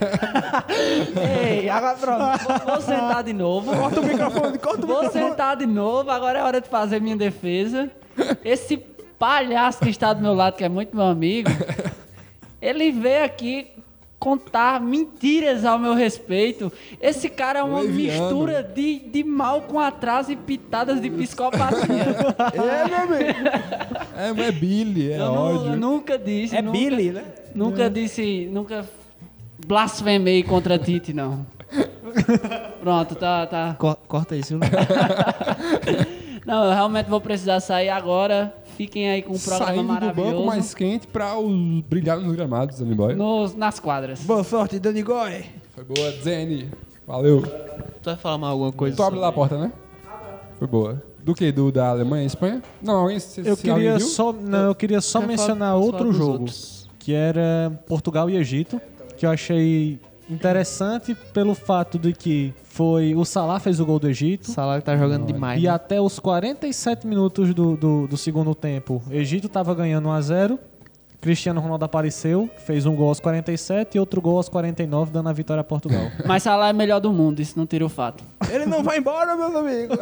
Ei, agora pronto. Vou, vou sentar de novo. Corta o microfone, corta o Vou microfone. sentar de novo. Agora é hora de fazer minha defesa. Esse palhaço que está do meu lado, que é muito meu amigo, ele veio aqui contar mentiras ao meu respeito. Esse cara é uma Leviano. mistura de, de mal com atraso e pitadas de psicopatia. É, meu amigo. É, mas é Billy, é eu, nu- ódio. eu nunca disse. É nunca, Billy, né? Nunca disse. Nunca blasfemei contra Tite, não. Pronto, tá. tá. Co- corta isso. Não, eu realmente vou precisar sair agora. Fiquem aí com o programa Saindo do maravilhoso. banco mais quente pra os brilhar nos gramados, Danny Boy. Nos, nas quadras. Boa sorte, Danny Goy. Foi boa, Zene. Valeu. Tu vai falar mais alguma coisa? Tu abre lá a porta, né? Foi boa. Do que? Do da Alemanha e Espanha? Não, alguém se, Eu se alguém queria viu? só, não, eu queria só Quer mencionar falar- posso outro falar dos jogo, outros? que era Portugal e Egito, que eu achei interessante pelo fato de que foi o Salah fez o gol do Egito. O Salah tá jogando demais. E né? até os quarenta e sete minutos do, do, do segundo tempo, Egito estava ganhando um a zero. Cristiano Ronaldo apareceu, fez um gol aos quarenta e sete e outro gol aos quarenta e nove, dando a vitória a Portugal. Mas Salah é melhor do mundo, isso não tira o fato. Ele não vai embora, meus amigos.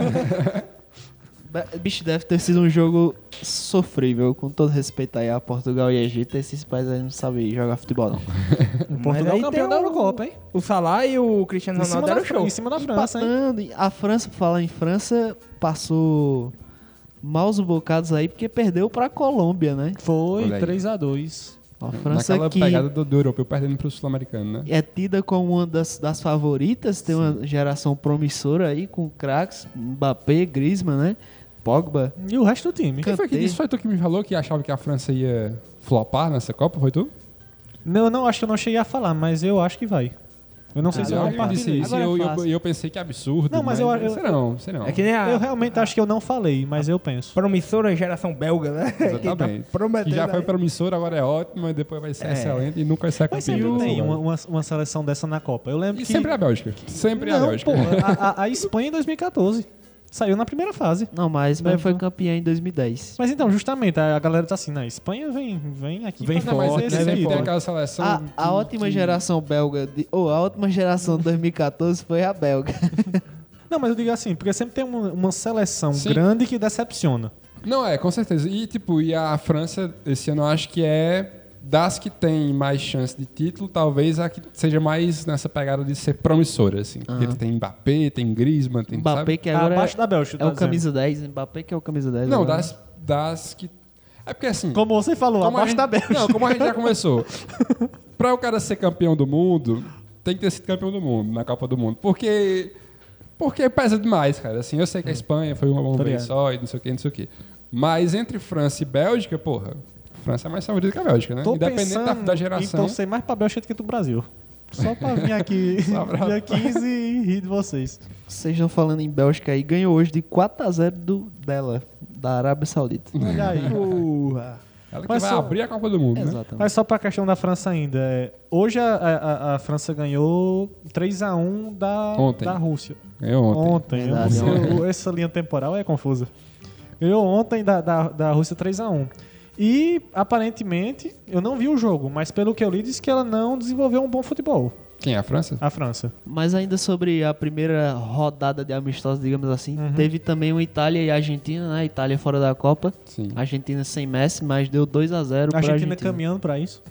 Be- Bicho, deve ter sido um jogo sofrível, com todo respeito aí a Portugal e Egito. Esses países aí não sabem jogar futebol, não. Portugal aí campeão tem da o- Eurocopa, hein? O Salah e o Cristiano Em cima, Ronaldo da, deram Fran- show. em cima da França, hein? Empatando. A França, por falar em França, passou maus bocados aí, porque perdeu pra Colômbia, né? Foi Olha aí. três a dois. A França Naquela que pegada do, do europeu perdendo pro sul-americano, né? é tida como uma das, das favoritas, tem uma geração promissora aí, com craques, Mbappé, Griezmann, né? Pogba. E o resto do time. Quem foi que Kanté. disse? Foi tu que me falou que achava que a França ia flopar nessa Copa? Foi tu? Não, eu não acho que eu não cheguei a falar, mas eu acho que vai. Eu não sei Ah, se eu eu Alguém me disse compartilhei. isso e Agora eu, é eu, fácil. eu pensei que absurdo. Não, mas eu- eu- Sei não, sei não. É que nem a Eu realmente acho que eu não falei, mas eu penso. promissora geração belga, né? Exatamente. Que tá prometendo que já foi aí. promissora, agora é ótima, e depois vai ser É. excelente e nunca vai ser Mas campeão. sempre tem Não. uma, uma, uma seleção dessa na Copa. Eu lembro E que... sempre é a Bélgica. Sempre é a Não, Bélgica. pô, a, a- a Espanha em dois mil e catorze. Saiu na primeira fase. Não, mas a Espanha Levou. foi campeã em dois mil e dez. Mas então, justamente, a galera tá assim, na Espanha vem, vem aqui Vem pra Não, mas forte, fazer é esse né? sempre título. tem aquela seleção. A, a que- ótima que- geração belga, de, ou a ótima geração de dois mil e catorze foi a belga. Não, mas eu digo assim, porque sempre tem uma, uma seleção Sim. grande que decepciona. Não, é, com certeza. E, tipo, e a França, esse ano, eu acho que é das que tem mais chance de título, talvez a que seja mais nessa pegada de ser promissora, assim. Porque Aham. tem Mbappé, tem Griezmann, tem, Mbappé sabe? que agora Abaixo é, da Bélgica, é tá o dizendo. camisa dez. Mbappé que é o camisa dez. Não, agora. das, das que... É porque, assim... Como você falou, como a abaixo gente- da Bélgica. Não, como a gente já começou. Pra o cara ser campeão do mundo, tem que ter sido campeão do mundo, na Copa do Mundo. Porque... Porque pesa demais, cara. Assim, eu sei que a Espanha foi uma, uma Tá vez ligado. só e não sei o que, não sei o que. Mas entre França e Bélgica, porra... França é mais favorita que a Bélgica, né? Tô Independente da, pensando da em geração. torcer mais pra Bélgica do que do Brasil. Só pra vir aqui Só pra- dia quinze e rir de vocês. Vocês estão falando em Bélgica aí, ganhou hoje de quatro a zero do, dela, da Arábia Saudita. Olha aí. Porra. Ela que Mas vai só- abrir a Copa do Mundo, né? Exatamente. Mas só pra questão da França ainda. é, Hoje a, a- a França ganhou três a um da, Ontem. da Rússia. Ganhou ontem. Ontem. eu não Verdade, sei, ontem. o- essa linha temporal é confusa. Ganhou ontem da, da, da Rússia três a um. E, aparentemente, eu não vi o jogo, mas pelo que eu li, disse que ela não desenvolveu um bom futebol, Quem é a França? a França. Mas ainda sobre a primeira rodada de amistosos, digamos assim, Uhum. teve também o Itália e a Argentina, né? Itália fora da Copa. Sim. Argentina sem Messi, mas deu dois a zero A pra Argentina Argentina. caminhando pra isso.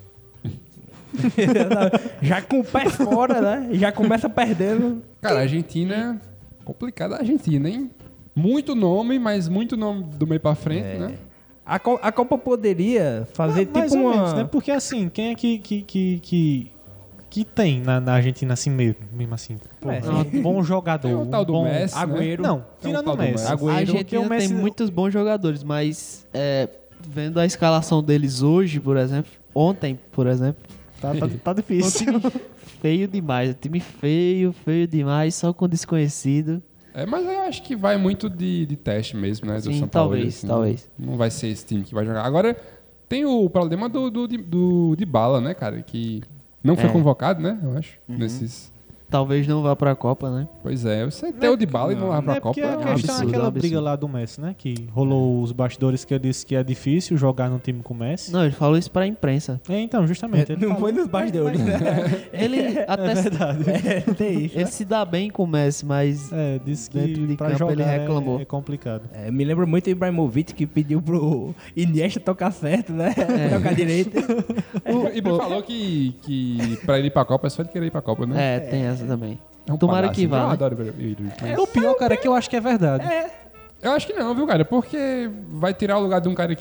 Já com o pé fora, né? Já começa perdendo. Cara, a Argentina... Complicada a Argentina, hein? Muito nome, mas muito nome do meio pra frente, É. né? A, Co- a Copa poderia fazer Ah, mais tipo ou uma... menos, né? Porque assim, quem é que, que, que, que, que tem na, na Argentina assim mesmo, mesmo assim? Pô, É. um bom jogador. Tem o um tal do bom... Messi, né? Agüero. Não, Tem o tirando tal o do Messi. Messi. A Agüero, Argentina porque o Messi- tem muitos bons jogadores, mas é, vendo a escalação deles hoje, por exemplo, ontem, por exemplo, Tá, tá, tá um difícil. time feio demais. Um time feio, feio demais, só com desconhecido. É, mas eu acho que vai muito de, de teste mesmo, né? Do Sim, São Paulo, talvez, assim, talvez. Não vai ser esse time que vai jogar. Agora, tem o problema do, do, do, de Bala, né, cara? Que não foi É. convocado, né? Eu acho. Nesses... Talvez não vá pra Copa, né? Pois é, você ter o de Bala e não levar pra É Copa porque a é um questão absurdo, é é um aquela absurdo. briga lá do Messi, né? Que rolou os bastidores que ele disse que é difícil jogar num time com o Messi. Não, ele falou isso pra imprensa. É, então, justamente. ele Não falou- foi nos bastidores, né? Ele até É verdade. É, tem isso. ele se dá bem com o Messi, mas É, disse que Dentro de pra campo jogar ele reclamou. É, é complicado. É, me lembra muito o Ibrahimovic que pediu pro Iniesta tocar certo, né? É. Tocar direito. O Ibra falou que, que pra ele ir pra Copa é só ele querer ir pra Copa, né? é, tem essa também. É um Tomara palhaço, que então vá, Eu né? adoro o Ibra- o Ibra, mas- O pior, cara, é que eu acho que é verdade. Eu acho que não, viu, cara? Porque vai tirar o lugar de um cara que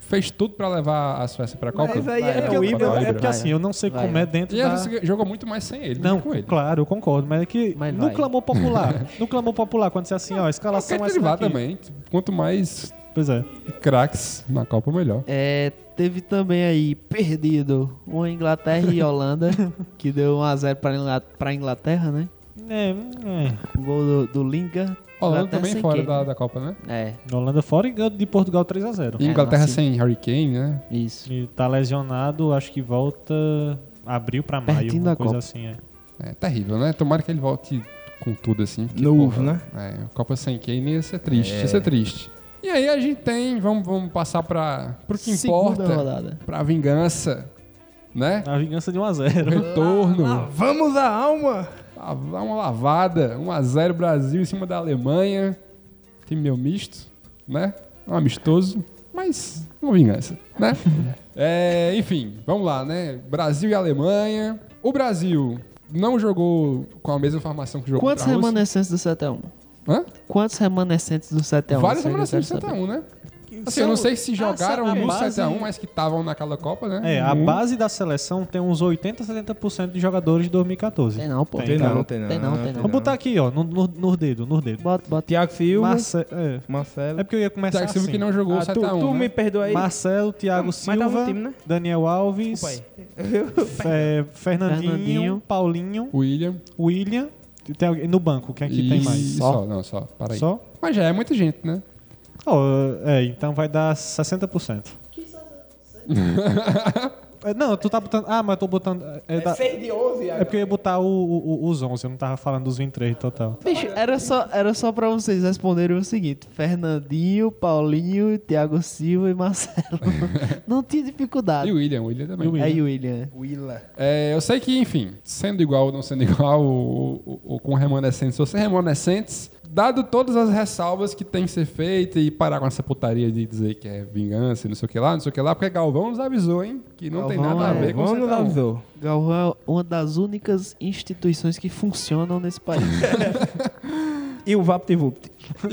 fez tudo pra levar a Suécia pra Copa. Mas aí Vai, é vai, o Eu- Ibra. é É porque assim, eu não sei Vai, como vai. é dentro E da... você jogou muito mais sem ele, Não, do que com ele. claro, eu concordo, mas é que Mas no vai. clamor popular, no clamor popular, quando você assim, ó, a escalação Quer é essa derivar daqui. também. Quanto mais Pois é. craques na Copa, melhor. É, teve também aí, perdido, uma Inglaterra e Holanda, que deu um a zero pra, Ingla- pra Inglaterra, né? É, é. O gol do, do Lingard. Holanda Inglaterra também sem fora Kane. da, da Copa, né? É, Holanda fora e ganhou de Portugal três a zero. E Inglaterra assim. sem Harry Kane, né? isso. E tá lesionado, acho que volta abril pra maio, Pertinho uma da coisa Copa. assim, é. É terrível, né? Tomara que ele volte com tudo assim. porque, Novo, porra, né? É, Copa sem Kane ia ser triste, É. ia ser triste. E aí a gente tem, vamos, vamos passar para pro que Segunda importa, rodada. pra vingança, né? A vingança de um a O zero. retorno, Ah, vamos a alma! a- uma lavada, um a zero Brasil em cima da Alemanha. Time meio misto, né? Um amistoso, mas uma vingança, né? É, enfim, vamos lá, né? Brasil e Alemanha. O Brasil não jogou com a mesma formação que jogou Quantos contra a Rússia. remanescentes do sete a um? Hã? Quantos remanescentes do sete a um? Vários Isso aí eu remanescentes do quero sete a saber. um, né? Assim, eu não sei se jogaram a no base- sete a um, mas que estavam naquela Copa, né? É, a Hum. base da seleção tem uns oitenta, setenta por cento de jogadores de dois mil e quatorze. Tem não, pô. Tem, Tem tá. não, tem não. Tem não, tem não. Vamos botar aqui, ó, no, no, no dedo, no dedo. Bota, bota. Thiago Silva, Marce... É. Marcelo. é porque eu ia começar Thiago Silva assim. que não jogou o Ah, tu sete a um, tu né? me perdoa aí. Marcelo, Thiago Mas tava no Silva, time, né? Daniel Alves, Desculpa Fe- Fernandinho, Fernandinho. Paulinho, William. William. E tem alguém no banco, quem aqui e... tem mais? Só? Não, só. Para aí. Só? Mas já é muita gente, né? Oh, é, então vai dar sessenta por cento. É, não, tu tá botando. Ah, mas eu tô botando. É, da- seis de onze, é porque eu ia botar o- o- o- os onze, eu não tava falando dos vinte e três total. Bicho, era só, era só pra vocês responderem o seguinte: Fernandinho, Paulinho, Thiago Silva e Marcelo. Não tinha dificuldade. E o William, o William também. E o William. Aí o William. Willa. É, eu sei que, enfim, sendo igual ou não sendo igual, ou, ou- ou com remanescentes ou sem remanescentes, dado todas as ressalvas que tem que ser feitas e parar com essa putaria de dizer que é vingança e não sei o que lá, não sei o que lá, porque Galvão nos avisou, hein? Que não tem Galvão nada a é- ver com o Vamos sete a um. avisou. Galvão é uma das únicas instituições que funcionam nesse país. E o VaptVupt.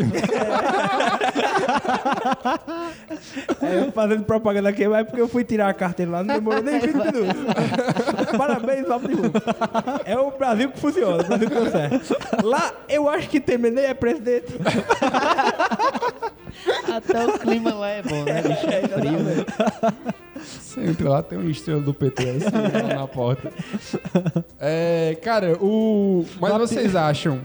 É, eu fazendo propaganda aqui, mas porque eu fui tirar a carteira lá, não demorou nem vinte minutos. Parabéns, VaptVupt. É o Brasil que funciona, o Brasil que deu certo. Lá, eu acho que Temer nem é presidente. Até o clima lá é bom, né, bicho? É frio, né? Você entra lá, tem um estrela do P T assim, lá na porta. É, cara, o. Mas vocês acham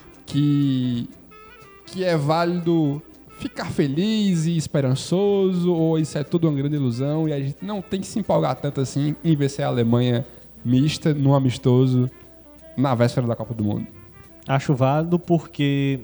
que. que é válido ficar feliz e esperançoso, ou isso é tudo uma grande ilusão e a gente não tem que se empolgar tanto assim em vencer a Alemanha mista, num amistoso, na véspera da Copa do Mundo? Acho válido porque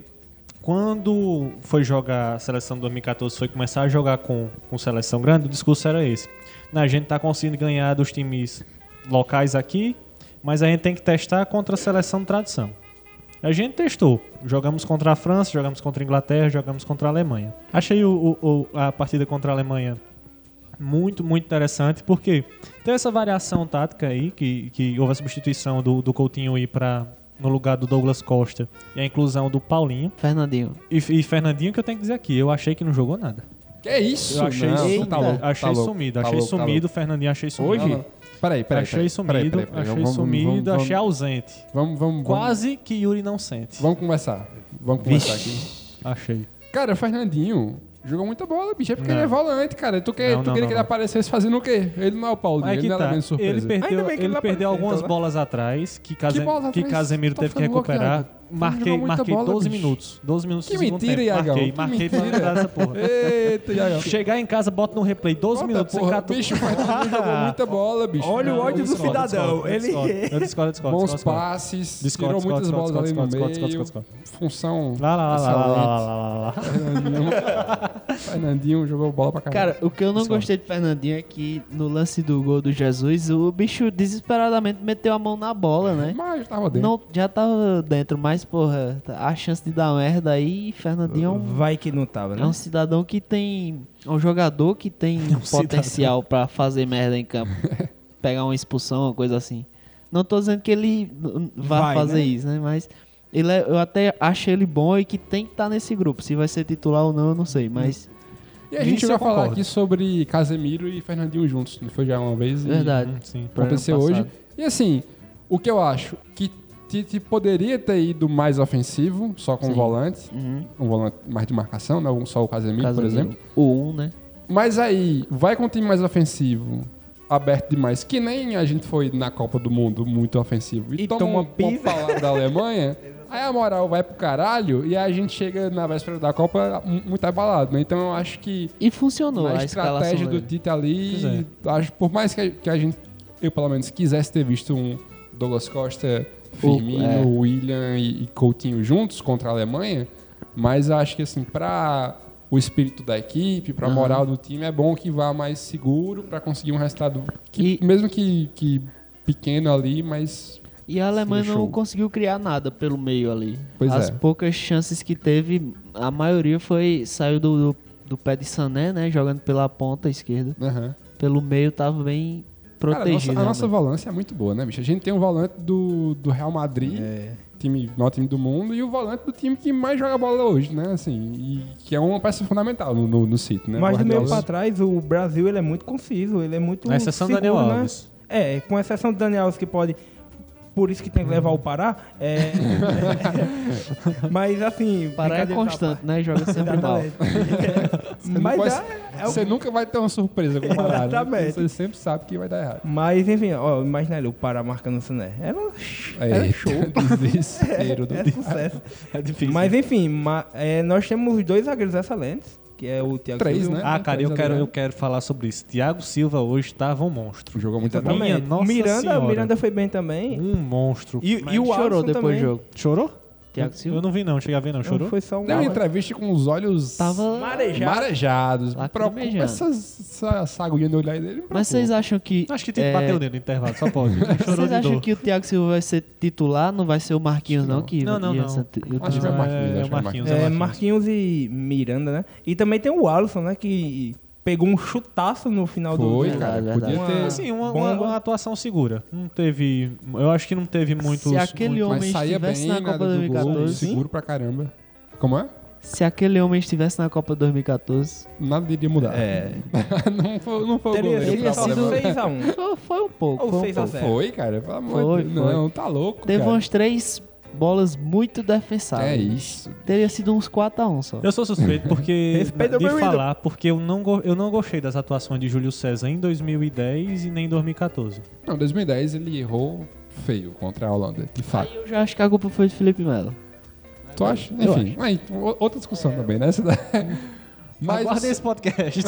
quando foi jogar a seleção de dois mil e quatorze, foi começar a jogar com, com seleção grande, o discurso era esse. Não, a gente tá conseguindo ganhar dos times locais aqui, mas a gente tem que testar contra a seleção de tradição. A gente testou. Jogamos contra a França, jogamos contra a Inglaterra, jogamos contra a Alemanha. Achei o, o- o- a partida contra a Alemanha muito, muito interessante, porque teve essa variação tática aí, que, que houve a substituição do, do Coutinho ir para no lugar do Douglas Costa e a inclusão do Paulinho. Fernandinho. E, e Fernandinho, que eu tenho que dizer aqui, eu achei que não jogou nada. Que é isso? Eu achei Não, sumido. tá louco, achei tá louco, sumido, tá achei louco, tá sumido, louco. Fernandinho achei sumido. Hoje? Peraí, peraí. achei peraí, sumido, peraí, peraí, peraí. achei Vamos- sumido, vamos- vamos- achei ausente. Vamos, vamos, vamos, Quase que Yuri não sente. vamos começar. Vamos começar aqui. Achei. Cara, o Fernandinho jogou muita bola, bicho. É porque Não. ele é volante, cara. Tu, quer, Não, tu não, queria não, que ele não. aparecesse fazendo o quê? Ele não é o Paulinho, Aí ele que não é tá. elemento surpresa. Ele perdeu, Ainda bem que ele ele perdeu apareceu, algumas então, né? bolas atrás que, Casem, bolas que atrás? Casemiro Tá teve que ficando louco, recuperar. Iago. Ele Marquei, jogou muita marquei bola, doze bicho. minutos. doze minutos Que do segundo mentira, tempo. Iagão. Marquei, Que marquei pra mentira. lembrar dessa porra. Eita, Iago. Chegar em casa, bota no replay doze Bota, minutos sem porra, catu... bicho, o Fernandinho jogou muita bola, bicho. Olha o Não, ódio eu do discordo, eu cidadão. discordo, eu Ele- discordo, Eu discordo, eu discordo. Bons eu discordo. passes, Discordo, tirou muitas discordo, bolas ali no discordo, meio. discordo, discordo, discordo. Função Lá, lá, lá, lá, lá, lá, excelente. lá, lá, lá. Fernandinho, Fernandinho jogou bola pra caralho. Cara, o que eu não Discordo. gostei de Fernandinho é que no lance do gol do Jesus, o bicho desesperadamente meteu a mão na bola, né? Mas tava dentro. Não, já tava dentro, mas, porra, a chance de dar merda aí, Fernandinho é um, Vai que não tava, né? é um cidadão que tem. É um jogador que tem potencial pra fazer merda em campo. Pegar uma expulsão, uma coisa assim. Não tô dizendo que ele n- vá Vai, fazer né? isso, né? Mas ele é- eu até acho ele bom e que tem que estar nesse grupo. Se vai ser titular ou não, eu não sei. Mas E a gente Nisso vai eu falar concordo. aqui sobre Casemiro e Fernandinho juntos, não foi já uma vez? E Verdade. Hum, sim. aconteceu Pro ano hoje. passado. E assim, o que eu acho, que Tite poderia ter ido mais ofensivo, só com Sim. um volante, Uhum. um volante mais de marcação, não só o Casemiro, por Casemiro. exemplo. O um, né? Mas aí, vai com um time mais ofensivo, aberto demais, que nem a gente foi na Copa do Mundo muito ofensivo, e, E toma, toma uma pisa. palavra da Alemanha, aí a moral vai pro caralho e a gente chega na véspera da Copa mu- muito abalado, né? Então eu acho que E funcionou a a estratégia escalação do dele. Tite ali, Pois acho, por mais que a, que a gente, eu pelo menos, quisesse ter visto um Douglas Costa, Firmino, é. William e, e Coutinho juntos contra a Alemanha, mas eu acho que assim, pra o espírito da equipe, pra Aham. moral do time, é bom que vá mais seguro pra conseguir um resultado, que, E- mesmo que, que pequeno ali, mas... E a Alemanha Sim, não show. conseguiu criar nada pelo meio ali. Pois As é. poucas chances que teve, a maioria foi saiu do, do, do pé de Sané, né? Jogando pela ponta esquerda. Aham. Pelo meio tava bem Cara, a nossa, protegido. a nossa realmente. volância é muito boa, né, bicho? A gente tem um volante do, do Real Madrid, É. time, maior time do mundo, e o volante do time que mais joga bola hoje, né? Assim, e que é uma peça fundamental no, no, no City, né? Mas do meio Guardiola- pra trás, o Brasil ele é muito conciso, ele é muito A exceção do seguro, Daniel né? Alves. É, com exceção do Daniel Alves que pode... Por isso que tem que levar o Pará. É... Mas assim... Pará é brincadeira à constante, parte. né? Joga sempre mal. Exatamente. Você, não Mas pode- é, é o- você nunca vai ter uma surpresa com o Pará, né? Exatamente. Você sempre sabe que vai dar errado. Mas enfim, ó, imagina ali o Pará marcando o Sané. Era, era Eita, show. desespero do É diabo. sucesso. É difícil. Mas enfim, ma- é, nós temos dois zagueiros excelentes, que é o Thiago Três, Silva. né? Ah, cara, eu Três quero, ali. eu quero falar sobre isso. Thiago Silva hoje estava um monstro. Jogou muito bem. Minha Exatamente. nossa o Miranda, senhora. o Miranda foi bem também. Um monstro. E, Mas e o chorou Alisson depois também. do jogo. Chorou? Thiago Silva? Eu não vi não, cheguei a ver não. Não, Chorou? foi só um... Deu uma entrevista com os olhos Tava Marejado. marejados. Me preocupa Lacrimejando. essa, essa, essa agulha no olhar dele. me Mas preocupa. vocês acham que. Acho que tem é, bateu nele no intervalo, só pode. Ele chorou Vocês de acham dor. que o Thiago Silva vai ser titular? Não vai ser o Marquinhos, não? Que Não, não, ia não. ser ti- Acho que utilizado? é o Marquinhos, É, acho que é o Marquinhos, É, Marquinhos. Marquinhos e Miranda, né? E também tem o Alisson, né? Que pegou um chutaço no final do Foi, jogo. cara. Verdade, Podia verdade. ter... Assim, uma, uma- Bomba. uma atuação segura. Não teve... Eu acho que não teve muitos... Se aquele muitos- homem Mas saía estivesse bem, na nada Copa do dois mil e gol, catorze, seguro pra caramba. Como é? se aquele homem estivesse na Copa dois mil e catorze, Nada iria mudar. É. não foi, não foi o Teria goleiro. sido Teria pra sido- levar. seis a um. foi- foi um pouco. Ou Foi, um seis a pouco. zero. Foi, cara. Pelo amor Foi, de Deus. foi. Não, tá louco, Teve cara. umas três bolas muito defensáveis. É isso. Teria sido uns quatro a um só. Eu sou suspeito porque Respeita o de meu ídolo. falar, porque eu não, go- eu não gostei das atuações de Júlio César em dois mil e dez e nem em dois mil e catorze. Não, em dois mil e dez ele errou feio contra a Holanda, de fato. Aí eu já acho que a culpa foi de Felipe Melo. Tu acha? Eu Enfim, aí, o- outra discussão também, né? Essa daí. Mas, Aguardem esse podcast.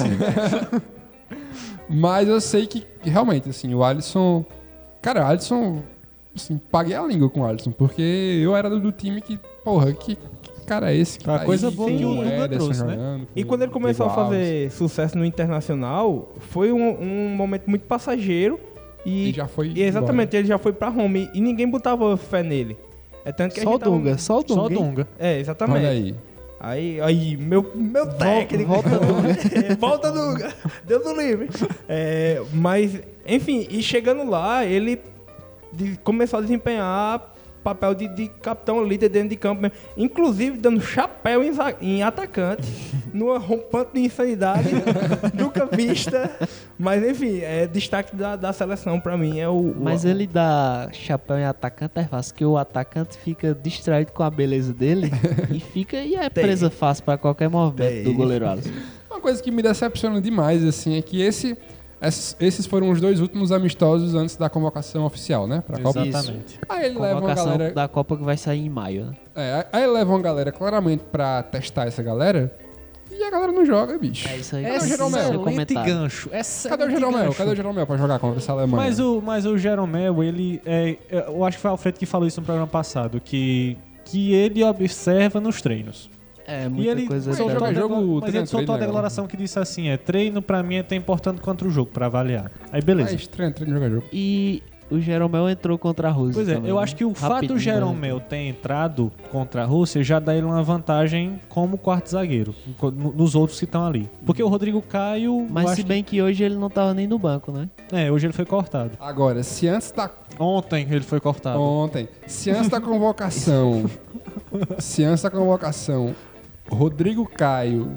mas eu sei que, realmente, assim, o Alisson... Cara, o Alisson... Assim, paguei a língua com o Alisson, porque eu era do, do time que... Porra, que, que cara é esse? Que A tá coisa aí, boa com que o o Dunga Ederson trouxe, né? jogando, E com quando ele o começou a Diego Alves. fazer sucesso no Internacional, foi um, um momento muito passageiro. E, E já foi e exatamente, ele já foi pra Roma e, e ninguém botava fé nele. É tanto que a Só o gente tava- Dunga, só o Dunga. Só o hein? Dunga. É, exatamente. Olha aí. Aí, aí, meu, meu técnico. volta, Dunga. volta, Dunga. Deus do livre. É, mas, enfim, e chegando lá, ele de- começou a desempenhar papel de, de capitão líder dentro de campo mesmo. Inclusive dando chapéu em, za- em atacante, numa rompante de insanidade nunca vista. Mas, enfim, é destaque da, da seleção pra mim. É o, o- Mas ele dá chapéu em atacante é fácil, que o atacante fica distraído com a beleza dele e fica e é Tem. presa fácil pra qualquer movimento Tem. do goleiro Alisson. Uma coisa que me decepciona demais, assim, é que esse, esses, esses foram os dois últimos amistosos antes da convocação oficial, né? Pra Copa. Exatamente. Aí ele leva uma Convocação galera... da Copa que vai sair em maio, né? É, aí ele leva uma galera claramente pra testar essa galera e a galera não joga, bicho. É isso aí. Cadê o Esse Jeromel? é o Excelente comentário. gancho. Excelente Cadê o Jeromel? gancho. Cadê o Jeromel pra jogar contra essa Alemanha? Mas o, mas o Jeromel, ele... É, é, eu acho que foi o Alfredo que falou isso no programa passado, que, que ele observa nos treinos. É, E muita ele coisa. Mas soltou, joga a jogo, declara- mas treino, ele soltou treino, a declaração que disse assim, é, treino pra mim é tão importante quanto o jogo, pra avaliar. Aí beleza. Mas treino, treino, joga jogo. E o Jeromel entrou contra a Rússia. Pois é, também, eu né? acho que o fato Rapidinho, do Jeromel ter entrado contra a Rússia já dá ele uma vantagem como quarto zagueiro, no- nos outros que estão ali. Porque o Rodrigo Caio... Mas eu se acho bem que hoje ele não tava nem no banco, né? que- É, hoje ele foi cortado. Agora, se antes da... Ontem ele foi cortado. Ontem. Se antes da convocação... se antes da convocação... Rodrigo Caio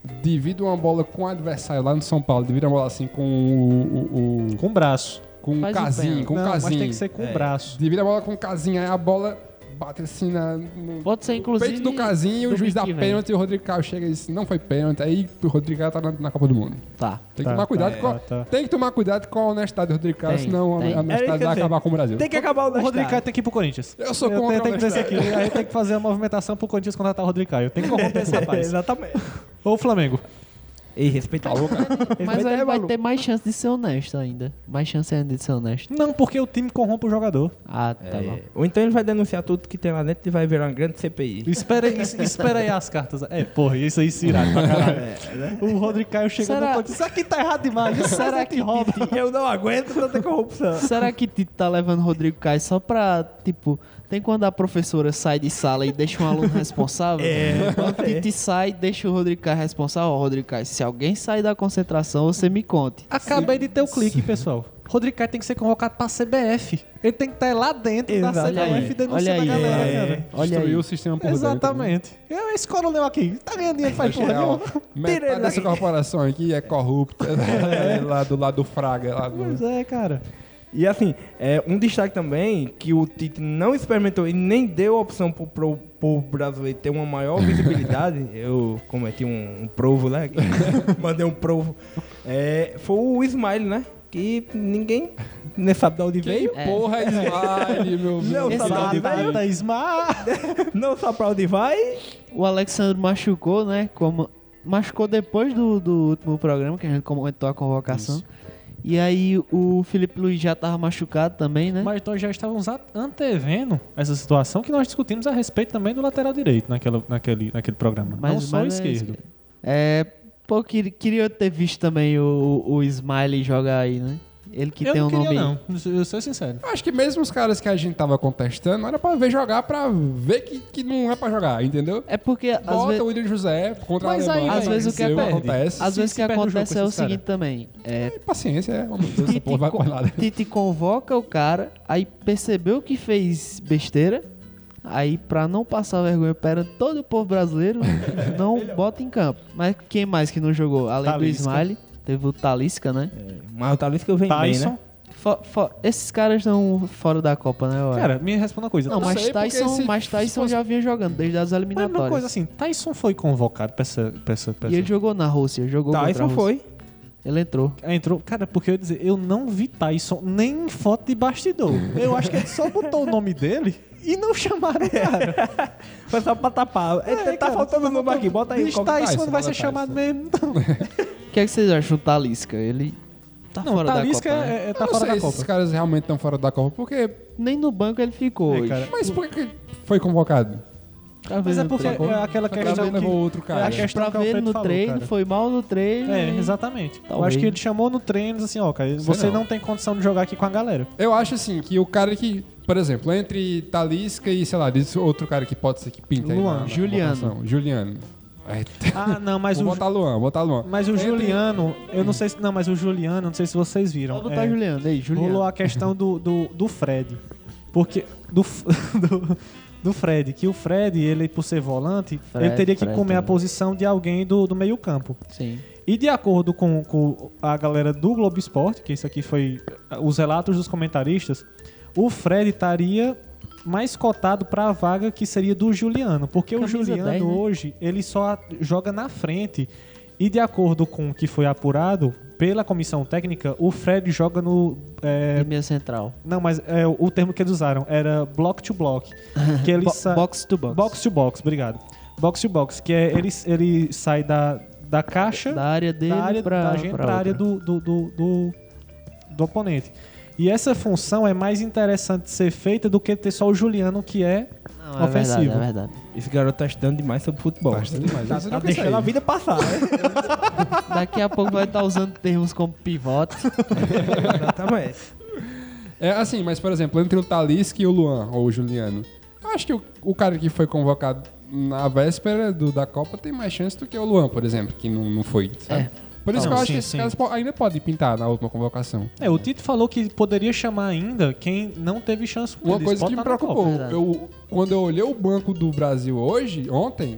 divide uma bola com o adversário lá no São Paulo, divide uma bola assim com o... o, o Com o braço. com o Faz o casinho, pênalti. com o Não, mas casinho. tem que ser com o braço. Divide a bola com o casinho, aí a bola bate assim na, no Pode ser, inclusive. peito do casinho e o do juiz dá biquinho, velho. pênalti e o Rodrigo Caio chega e diz, não foi pênalti, aí o Rodrigo Caio tá na, na Copa do Mundo. Tá. Tem que Tá, tomar cuidado tá, com a, tá, tá. tem que tomar cuidado com a honestidade do Rodrigo Caio, Tem, senão tem. a honestidade É, quer vai dizer, acabar com o Brasil. Tem que acabar o O Rodrigo Caio tem que ir pro Corinthians. Eu sou Eu contra tenho, a tenho que dizer isso honestidade. aqui. A gente tem que fazer uma movimentação pro Corinthians contratar o Rodrigo Caio. Tem que corromper esse rapaz. Exatamente. Ou o Flamengo. E respeitar o cara. Mas aí vai ter mais chance de ser honesto ainda. Mais chance ainda de ser honesto. Não, porque o time corrompe o jogador. Ah, tá bom. Ou então ele vai denunciar tudo que tem lá dentro e vai virar uma grande C P I. Espera aí, es- espera aí as cartas. É, porra, isso aí se irá pra caralho. O Rodrigo Caio chega Será- no Corinthians. Isso aqui tá errado demais. Isso Será será que que rouba? Eu não aguento tanta corrupção. Será que Tito tá levando o Rodrigo Caio só pra, tipo... Tem quando a professora sai de sala e deixa um aluno responsável? É, Quando o Tito sai, deixa o Rodrigo Caio responsável. Ó, Rodrigo Caio, se alguém sair da concentração, você me conte. Acabei de ter o clique, pessoal. Rodrigo Caio tem que ser convocado pra C B F. Ele tem que estar lá dentro da Exato. C B F Olha denunciando aí, a galera, é. cara. Olha Destruiu aí. o sistema por dentro. Exatamente. Eu, esse coronel aqui, tá ganhando dinheiro, faz porra É, ó, nenhuma. metade dessa corporação aqui é corrupta. É, lá do lado do Fraga. Lá do... Pois é, cara. E assim, é, um destaque também que o Tite não experimentou e nem deu a opção pro, pro, pro brasileiro ter uma maior visibilidade. Eu cometi um, um provo, né? Mandei um provo. É, foi o Ismael, né? Que ninguém nem sabe de onde veio. Que porra é Smile, meu Não Deus. sabe de onde veio. Batata Smart. Não sabe pra onde vai. O Alexandre machucou, né? Como... Machucou depois do, do último programa, que a gente comentou a convocação. Isso. E aí o Felipe Luiz já tava machucado também, né? Mas nós já estávamos a- antevendo essa situação que nós discutimos a respeito também do lateral direito naquela, naquele, naquele programa. não só o mas é esquerdo. isso. É, pô, queria, queria ter visto também o, o Smiley jogar aí, né? Ele que eu tem não um queria, nome... não. Eu sou sincero. Acho que mesmo os caras que a gente tava contestando, era pra ver jogar, pra ver que, que não é pra jogar, entendeu? É porque às Bota vezes... o William José contra Mas a aí, Alemanha. às vezes o que aconteceu, perde? acontece. Às Se- vezes o se que perde o jogo acontece com é o esses caras. seguinte também. É, Paciência, é. Vamos, essa Tite, porra vai co- pra nada. Tite convoca o cara, aí percebeu que fez besteira, aí pra não passar vergonha perante todo o povo brasileiro, não bota em campo. Mas quem mais que não jogou? Além Talisca. do Smiley, teve o Talisca, né? Mas o Talisca eu venho bem, Tyson. né? Fo- fo- esses caras estão fora da Copa, né? ué? Cara, me responda uma coisa. não, não mas sei, porque Tyson, se mas Tyson fosse- já vinha jogando desde as Mas uma eliminatórias. coisa assim, Tyson foi convocado pra essa... Pra essa, pra E essa- ele jogou na Rússia, jogou contra a Tyson Rússia. foi. Ele entrou. Entrou, cara, porque eu ia dizer, eu não vi Tyson nem em foto de bastidor. Eu acho que ele só botou o nome dele e não chamaram o cara. Foi só pra tapar. É, tá cara, faltando o nome aqui, bota aí. Bicho, como- Tyson Tyson, não vai bota ser chamado Tyson. mesmo. Então. O que é que vocês acham do Talisca? Ele tá Não, fora Talisca da Copa, né? é, é, Eu tá não fora sei da se esses Copa. caras realmente estão fora da Copa, porque... Nem no banco ele ficou É, hoje. cara. Mas por que foi convocado? Tá Mas é vendo? porque Pra- é aquela Pra questão ver, que... levou outro cara. É a Acho que questão pra que o ver ele Alfredo no falou, treino, cara. foi mal no treino. É, e- exatamente. Eu Talvez. acho que ele chamou no treino assim, ó, cara, você não. não. tem condição de jogar aqui com a galera. Eu acho assim, que o cara que... Por exemplo, entre Talisca e, sei lá, diz outro cara que pode ser que pinta aí Luan. na- na Juliano. convocação. Juliano. É, Ah, não, mas vou o... botar Luan, vou botar Luan. Mas o Entre- Juliano, eu não sei se... Não, mas o Juliano, não sei se vocês viram. Pode botar é, Juliano. Aí, Juliano. Rolou a questão do, do, do Fred. Porque... Do, do, do Fred. Que o Fred, ele por ser volante, Fred, ele teria que Fred comer a também. posição de alguém do, do meio campo. Sim. E de acordo com, com a galera do Globo Esporte, que isso aqui foi os relatos dos comentaristas, o Fred estaria mais cotado para a vaga que seria do Juliano. Porque Camisa o Juliano dez, né? hoje, ele só joga na frente. E de acordo com o que foi apurado pela comissão técnica, o Fred joga no... é, De meia central. não, mas é, o termo que eles usaram era block to block. Que ele Bo- sa- box to box. Box to box, obrigado. Box to box, que é ele, ele sai da, da caixa Da área dele da área, pra, da gente pra pra área outra. do, do, do, do, do oponente. E essa função é mais interessante de ser feita do que ter só o Juliano, que é Não, é ofensivo. verdade, é verdade. Esse garoto tá estudando demais sobre futebol. Bastante demais. Tá, Isso tá nunca saiu. deixando a vida passar, né? Daqui a pouco vai estar usando termos como pivote. Exatamente. É assim, mas por exemplo, entre o Talisca e o Luan, ou o Juliano, eu acho que o, o cara que foi convocado na véspera do, da Copa tem mais chance do que o Luan, por exemplo, que não, não foi, sabe? É. Por isso Não, que eu acho sim, que esses sim. caras po- ainda podem pintar na última convocação. É, o Tito falou que poderia chamar ainda quem não teve chance com Uma eles. coisa Pode que me tá na preocupou, Copa. Verdade. eu, quando eu olhei o banco do Brasil hoje, ontem,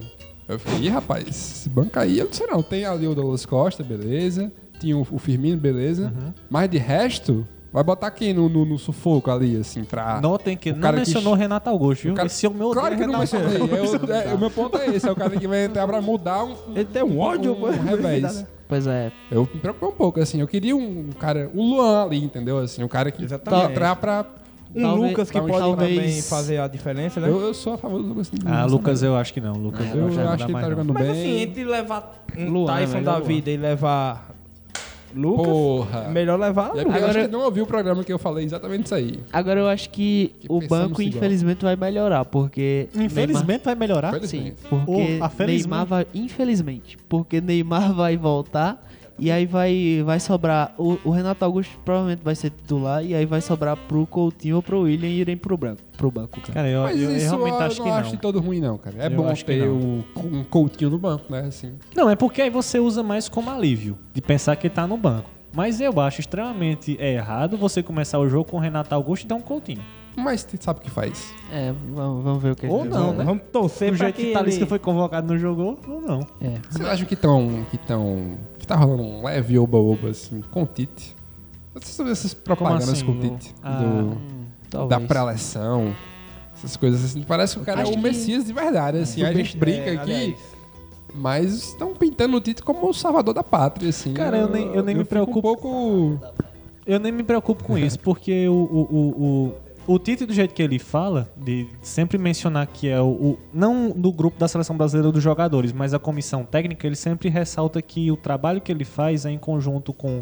Eu falei, ih, rapaz, esse banco aí, eu não sei não. Tem ali o Douglas Costa, beleza. Tinha o, o Firmino, beleza. Uhum. Mas de resto, vai botar quem no, no, no sufoco ali, assim, pra... Notem que o não cara mencionou que... Renato Augusto, viu? O cara- Esse é o meu Claro que eu não Renato mencionei. Augusto. Eu- é, o meu ponto é esse. É o cara que vai entrar pra mudar um... Ele tem um ódio, um, pô. um revés. Pois é. Eu me preocupei um pouco, assim. Eu queria um cara... O Luan ali, entendeu? Assim, um cara que Exatamente. ia entrar pra... Um Talvez- Lucas que talvez- pode também talvez- fazer a diferença, né? Eu, eu sou a favor do Lucas. Ah, Lucas eu acho que não. Lucas É, Eu, não vai acho que ele mais tá não. jogando Mas bem. assim, entre levar um Luan, é Tyson melhor da Luan. vida e levar Lucas, Porra. é melhor levar E é Lucas. porque eu acho Agora- que não ouviu o programa que eu falei exatamente isso aí. Agora eu acho que, Que o pensamos banco, igual. infelizmente, vai melhorar, porque... Infelizmente vai melhorar. Neymar, sim, Felizmente. porque Ou, ah, felizmente. Neymar vai... Infelizmente, porque Neymar vai voltar e aí vai, vai sobrar... O, o Renato Augusto provavelmente vai ser titular e aí vai sobrar pro Coutinho ou pro William irem pro, branco, pro banco. Cara. Cara, eu, Mas eu, eu isso realmente eu acho não que acho de não. todo ruim, não, cara. É Eu bom acho que ter não. o, um Coutinho no banco, né? Assim. Não, é porque aí você usa mais como alívio, de pensar que ele tá no banco. Mas eu acho extremamente errado você começar o jogo com o Renato Augusto e dar um Coutinho. Mas você sabe o que faz. É, vamos, vamos ver o que Ou ele não, né? Vamos torcer Do pra jeito que que Talisca ele... foi convocado não jogou, ou não. É. Vocês acham que estão. Que estão. Que tá rolando um leve oba-oba, assim, com o Tite? Vocês sabem essas propagandas assim? com o Tite? Ah, do, Talvez. da pré-eleção. Essas coisas assim. Parece que o cara Acho é o que- Messias de verdade, assim. A gente brinca É, aqui. aliás, Mas estão pintando o Tite como o salvador da pátria, assim. Cara, eu nem- eu nem me fico preocupo. um pouco... Eu nem me preocupo com isso, porque o, o, o, o, o Tite, do jeito que ele fala, de sempre mencionar que é o, o. Não do grupo da seleção brasileira dos jogadores, mas a comissão técnica, ele sempre ressalta que o trabalho que ele faz é em conjunto com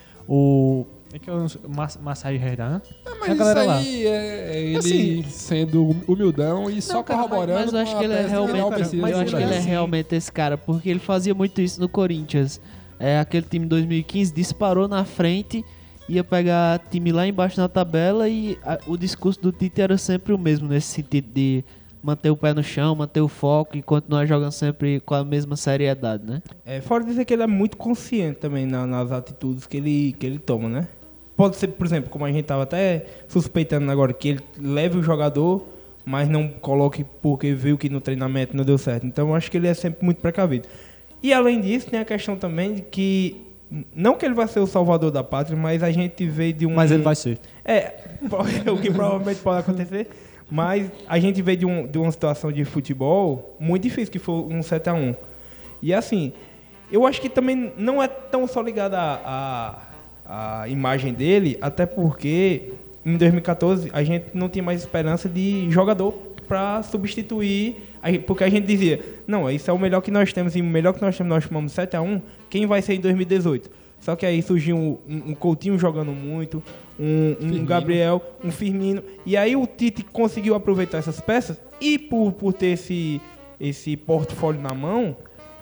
o. É que eu, Mas- Massai Herdan. Ah, A mas galera isso lá. aí é ele Assim- sendo humildão e só cara, mas- corroborando Mas eu acho com que a ele é tese de realmente, Real Messias mas eu do acho que ele é Brasil. realmente esse cara, porque ele fazia muito isso no Corinthians. É, aquele time de dois mil e quinze disparou na frente, ia pegar time lá embaixo na tabela e a- o discurso do Tite era sempre o mesmo, nesse sentido de manter o pé no chão, manter o foco e continuar jogando sempre com a mesma seriedade, né? É, fora dizer que ele é muito consciente também na- nas atitudes que ele, que ele toma, né? Pode ser, por exemplo, como a gente tava até suspeitando agora, que ele leve o jogador, mas não coloque porque viu que no treinamento não deu certo. Então eu acho que ele é sempre muito precavido. E além disso, tem a questão também de que, não que ele vai ser o salvador da pátria, mas a gente veio de um... Mas ele vai ser. É, o que provavelmente pode acontecer. Mas a gente veio de, um, de uma situação de futebol muito difícil, que foi um sete a um. E assim, eu acho que também não é tão só ligado a, a, a imagem dele, até porque em dois mil e quatorze a gente não tinha mais esperança de jogador para substituir, a gente- porque a gente dizia, não, isso é o melhor que nós temos, e o melhor que nós temos nós chamamos sete a um, quem vai ser em dois mil e dezoito? Só que aí surgiu um, um Coutinho jogando muito, um, um Firmino. Gabriel, um Firmino. E aí o Tite conseguiu aproveitar essas peças e por, por ter esse, esse portfólio na mão,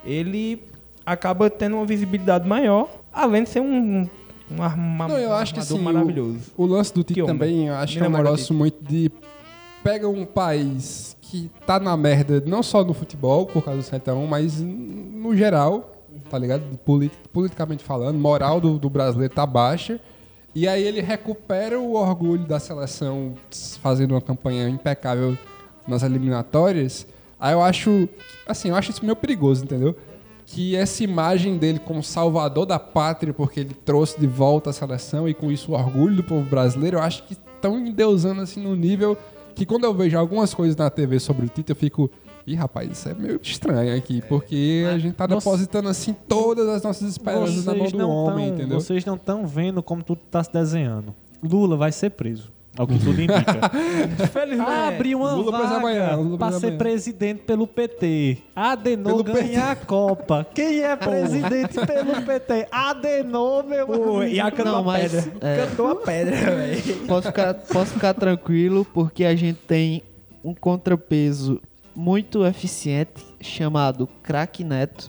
ele acaba tendo uma visibilidade maior, além de ser um, um, arma, Não, eu acho que armador assim, maravilhoso. o, o lance do Tite Que homem. também, eu acho Me que é um namora negócio Tite. muito de... Pega um país que tá na merda, não só no futebol, por causa do sete a um, mas n- no geral, tá ligado? De politi- politicamente falando, moral do, do brasileiro tá baixa. E aí ele recupera o orgulho da seleção fazendo uma campanha impecável nas eliminatórias. Aí eu acho, assim, eu acho isso meio perigoso, entendeu? Que essa imagem dele como salvador da pátria, porque ele trouxe de volta a seleção e com isso o orgulho do povo brasileiro, eu acho que estão endeusando assim no nível que quando eu vejo algumas coisas na T V sobre o Tite, eu fico... Ih, rapaz, isso é meio estranho aqui, porque a gente tá Nossa. depositando assim todas as nossas esperanças na mão do homem, tão, entendeu? Vocês não estão vendo como tudo tá se desenhando. Lula vai ser preso. Ao que tudo indica. Felizmente. Abre uma Lula preso amanhã, vaga Lula pra preso ser amanhã. presidente pelo P T. Adenor Pelo P T. ganha a Copa. Quem é presidente pelo P T? Adenor, meu Pô, e a cantou Não, a mas, pedra. é. Cantou a pedra, velho. Posso ficar, posso ficar tranquilo, porque a gente tem um contrapeso muito eficiente chamado Craque Neto.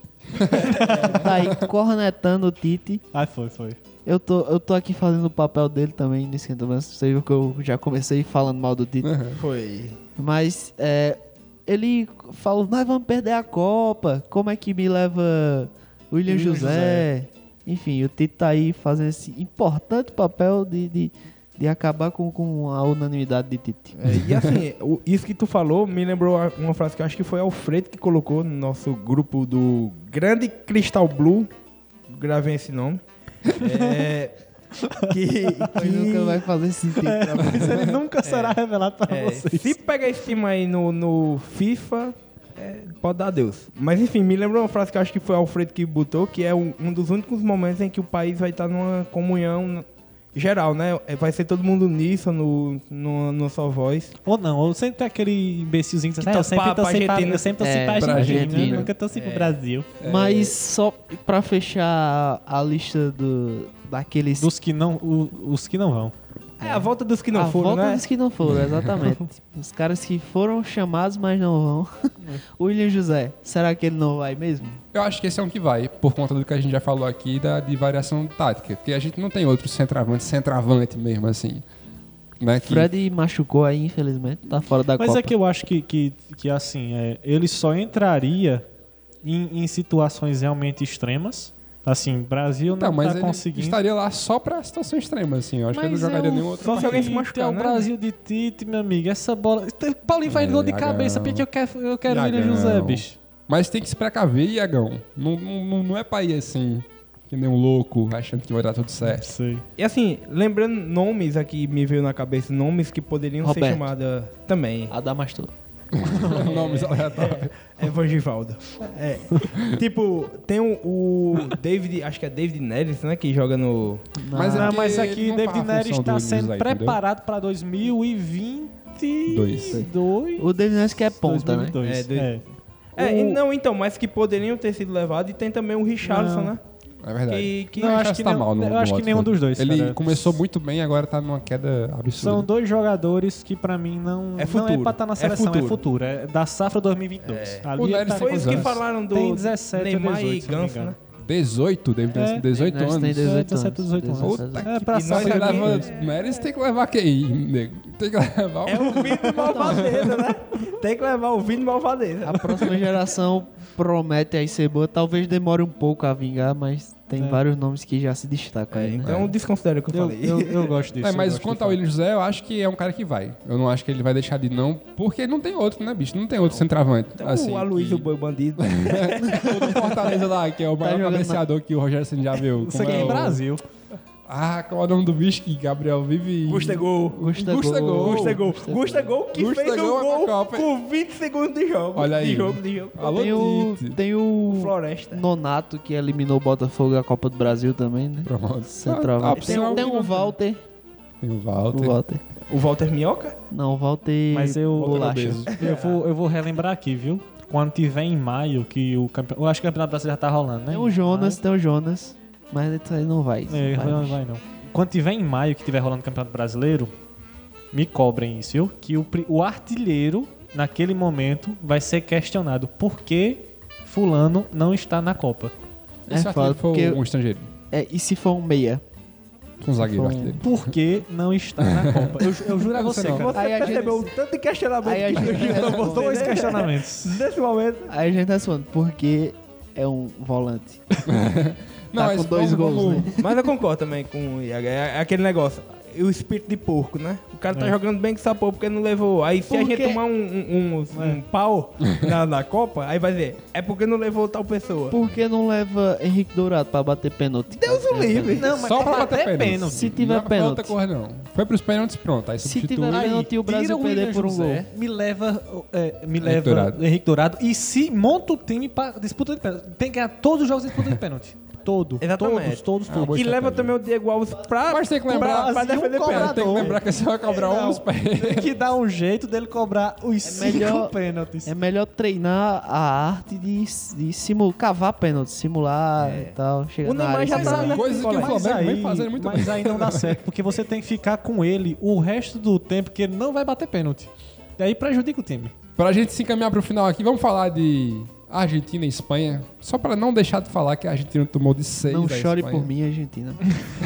Tá aí cornetando o Tite. Ah, foi, foi. Eu tô, eu tô aqui fazendo o papel dele também nesse esquenta. Você viu que eu já comecei falando mal do Tite. Foi. Mas é, ele falou, nós vamos perder a Copa. Como é que me leva William, William José? Enfim, o Tite tá aí fazendo esse importante papel de, de, de acabar com, com a unanimidade de Tite. É, e assim, o- isso que tu falou me lembrou a- uma frase que eu acho que foi Alfredo que colocou no nosso grupo do Grande Cristal Blue. Gravei esse nome. É, que, Mas nunca vai fazer sentido pra você. Mas ele nunca será revelado pra é, vocês. se pegar esse time aí no, no FIFA, é, pode dar adeus. Mas enfim, me lembrou uma frase que eu acho que foi Alfredo que botou, que é um, um dos únicos momentos em que o país vai estar numa comunhão geral, né? É, vai ser todo mundo uníssono, no, numa só voz. Ou não, ou sempre tem aquele imbecilzinho que diz, Que "Ah, eu torce sempre pra- pra torci pra, Argentina." eu sempre torci É, pra pra Argentina, Argentina. nunca torci pro Brasil. Mas só pra fechar a lista do, daqueles... Dos que não, o- os que não vão. É a volta dos que não a foram, volta né? dos que não foram, exatamente. Os caras que foram chamados, mas não vão. O William José, será que ele não vai mesmo? Eu acho que esse é um que vai, por conta do que a gente já falou aqui da, de variação tática. Porque a gente não tem outro centroavante, centroavante mesmo, assim. Né, que- Fred machucou aí, infelizmente, tá fora da Mas Copa. é que eu acho que, que, que assim, é, ele só entraria em, em situações realmente extremas. Assim, Brasil não, Não, mas tá ele conseguindo. estaria lá só pra situação extrema, assim. Eu acho que ele não Mas jogaria é o- nenhum outro só se alguém se Tite, machucar, é o né? Brasil de Tite, meu amigo. Essa bola. Paulinho faz É, gol de Iagão. cabeça, porque eu quero, eu quero o William Iagão. José, bicho. Mas tem que se precaver, Iagão. Não, não, não é pra ir assim, que nem um louco, achando que vai dar tudo certo. Sei. E assim, lembrando nomes aqui, me veio na cabeça, nomes que poderiam ser Roberto. chamados também. Adamastor. Nomes aleatórios. Evangivaldo. É. Tipo, tem o, o David, acho que é David Neres, né? Que joga no. Mas é Não, porque mas aqui não David faz a Neres função está do sendo José, entendeu? preparado para dois mil e vinte e Dois. dois. O David Neres que é ponta, né? dois mil e vinte e dois. É, dois- É. É, O- e não, então, mas que poderiam ter sido levados. E tem também o Richarlison, Não. né? É verdade. Que, que Não, eu Mas acho já que tá nenhum- mal no- eu no acho que nenhum Watford. dos dois, Ele cara. começou muito bem, agora tá numa queda absurda. São dois jogadores que pra mim não É não futuro. é pra estar na É seleção, é futuro. futuro. É da safra dois mil e vinte e dois. Ali O ele Neres tá tem Foi isso quantos que anos? falaram do Tem dezessete, Neymar dezoito, e se não me Ganso, engano. né? dezoito, David Neres, É. dezoito Neres anos. tem dezoito dezessete, anos. dezoito anos. Puta É, que pra e nós Você safra aqui- leva aqui- Neres, tem que levar quem, nego? Tem que levar É o Vini Malvadeza, né? Tem que levar o Vini Malvadeza. A próxima geração promete aí ser boa. Talvez demore um pouco a vingar, mas tem É. vários nomes que já se destacam É, aí, né? então desconsidera o que eu, Eu, falei. eu, eu gosto disso. É, eu mas gosto quanto de ao falar. William José, eu acho que é um cara que vai. Eu não acho que ele vai deixar de não, porque não tem outro, né, bicho? Não tem outro centroavante. Então, assim, o Aloysio que... Boi Bandido. o do Fortaleza lá, que é o maior jogando cabeceador que o Rogério Ceni já viu. Isso Como aqui é é o- Brasil. Ah, qual é o nome do bicho que Gabriel vive? Gustagol. Gustagol. Gustagol. Gustagol. Gustagol que fez Gustagol um é pra gol Copa. com vinte segundos de jogo. Olha aí. De jogo, de jogo. Alô, Tem o, Tite. tem o Floresta. Nonato, que eliminou o Botafogo da Copa do Brasil também, né? Pronto. Centroavante. Ah, Tem, opção tem que o não Walter. Tem o O Walter. Walter. O Walter Minhoca? Não, o Walter Mas eu, Bolacha. eu, vou, eu vou relembrar aqui, viu? Quando tiver em maio, que o campeonato. Eu acho que o Campeonato Brasileiro já tá rolando, né? Tem o Jonas, tem o Jonas. Mas isso aí não vai. É, Vai. não vai não. Quando tiver em maio, que tiver rolando o Campeonato Brasileiro, me cobrem isso, viu? Que o, pri- o artilheiro, naquele momento, vai ser questionado. Por que fulano não está na Copa? É Esse foda, artilheiro foi porque- um estrangeiro. É, e se for um meia? Um zagueiro Foi um- artilheiro. Por que não está na Copa? Eu, ju- eu juro a Eu não sei você, não. cara. Você Aí a gente- percebeu o tanto de questionamento Aí a que gente surgiu pra responde. você, Dois né? questionamentos. Nesse momento. Aí a gente tá falando, porque é um volante. Não, Tá mas com dois vamos- gols, vamos- Mas eu concordo também com o Iago. É aquele negócio. E o espírito de porco, né? O cara tá É. jogando bem com essa porra porque não levou. Aí se a Porque- gente tomar um, um, um- um pau na, na Copa, aí vai dizer, é porque não levou tal pessoa. Por que não leva Henrique Dourado pra bater pênalti? Deus o livre. Não, mas Só é pra bater até pênalti. Se tiver não foi pênalti. outra coisa, não. Foi pros pênaltis, pronto. Aí Se substitui. tiver pênalti e o Brasil tira perder William por um José, gol. Me leva, é, me Henrique leva Dourado. Henrique Dourado e se monta o time para disputa de pênalti. Tem que ganhar todos os jogos de disputa de pênalti. Todo. Exatamente. Todos, todos, Ah, todos. boa E leva estratégia. também o Diego Alves pra, Mas tem que lembrar- pra, pra Brasil defender cobra- pênalti. Tem que lembrar que você vai cobrar um dos pés. Tem que dar um jeito dele cobrar os É cinco melhor- pênaltis. É melhor treinar a arte de, de simular, cavar pênalti, simular e tal. Chegar O na Neymar área, já e tá, finalizar. né? Coisa que o Mas Flamengo vem aí, fazendo muito mas bem. aí não dá certo, porque você tem que ficar com ele o resto do tempo que ele não vai bater pênalti. E aí prejudica o time. Pra gente se encaminhar pro final aqui, vamos falar de Argentina e Espanha. Só pra não deixar de falar que a Argentina tomou de seis Não da chore Espanha. por mim, Argentina.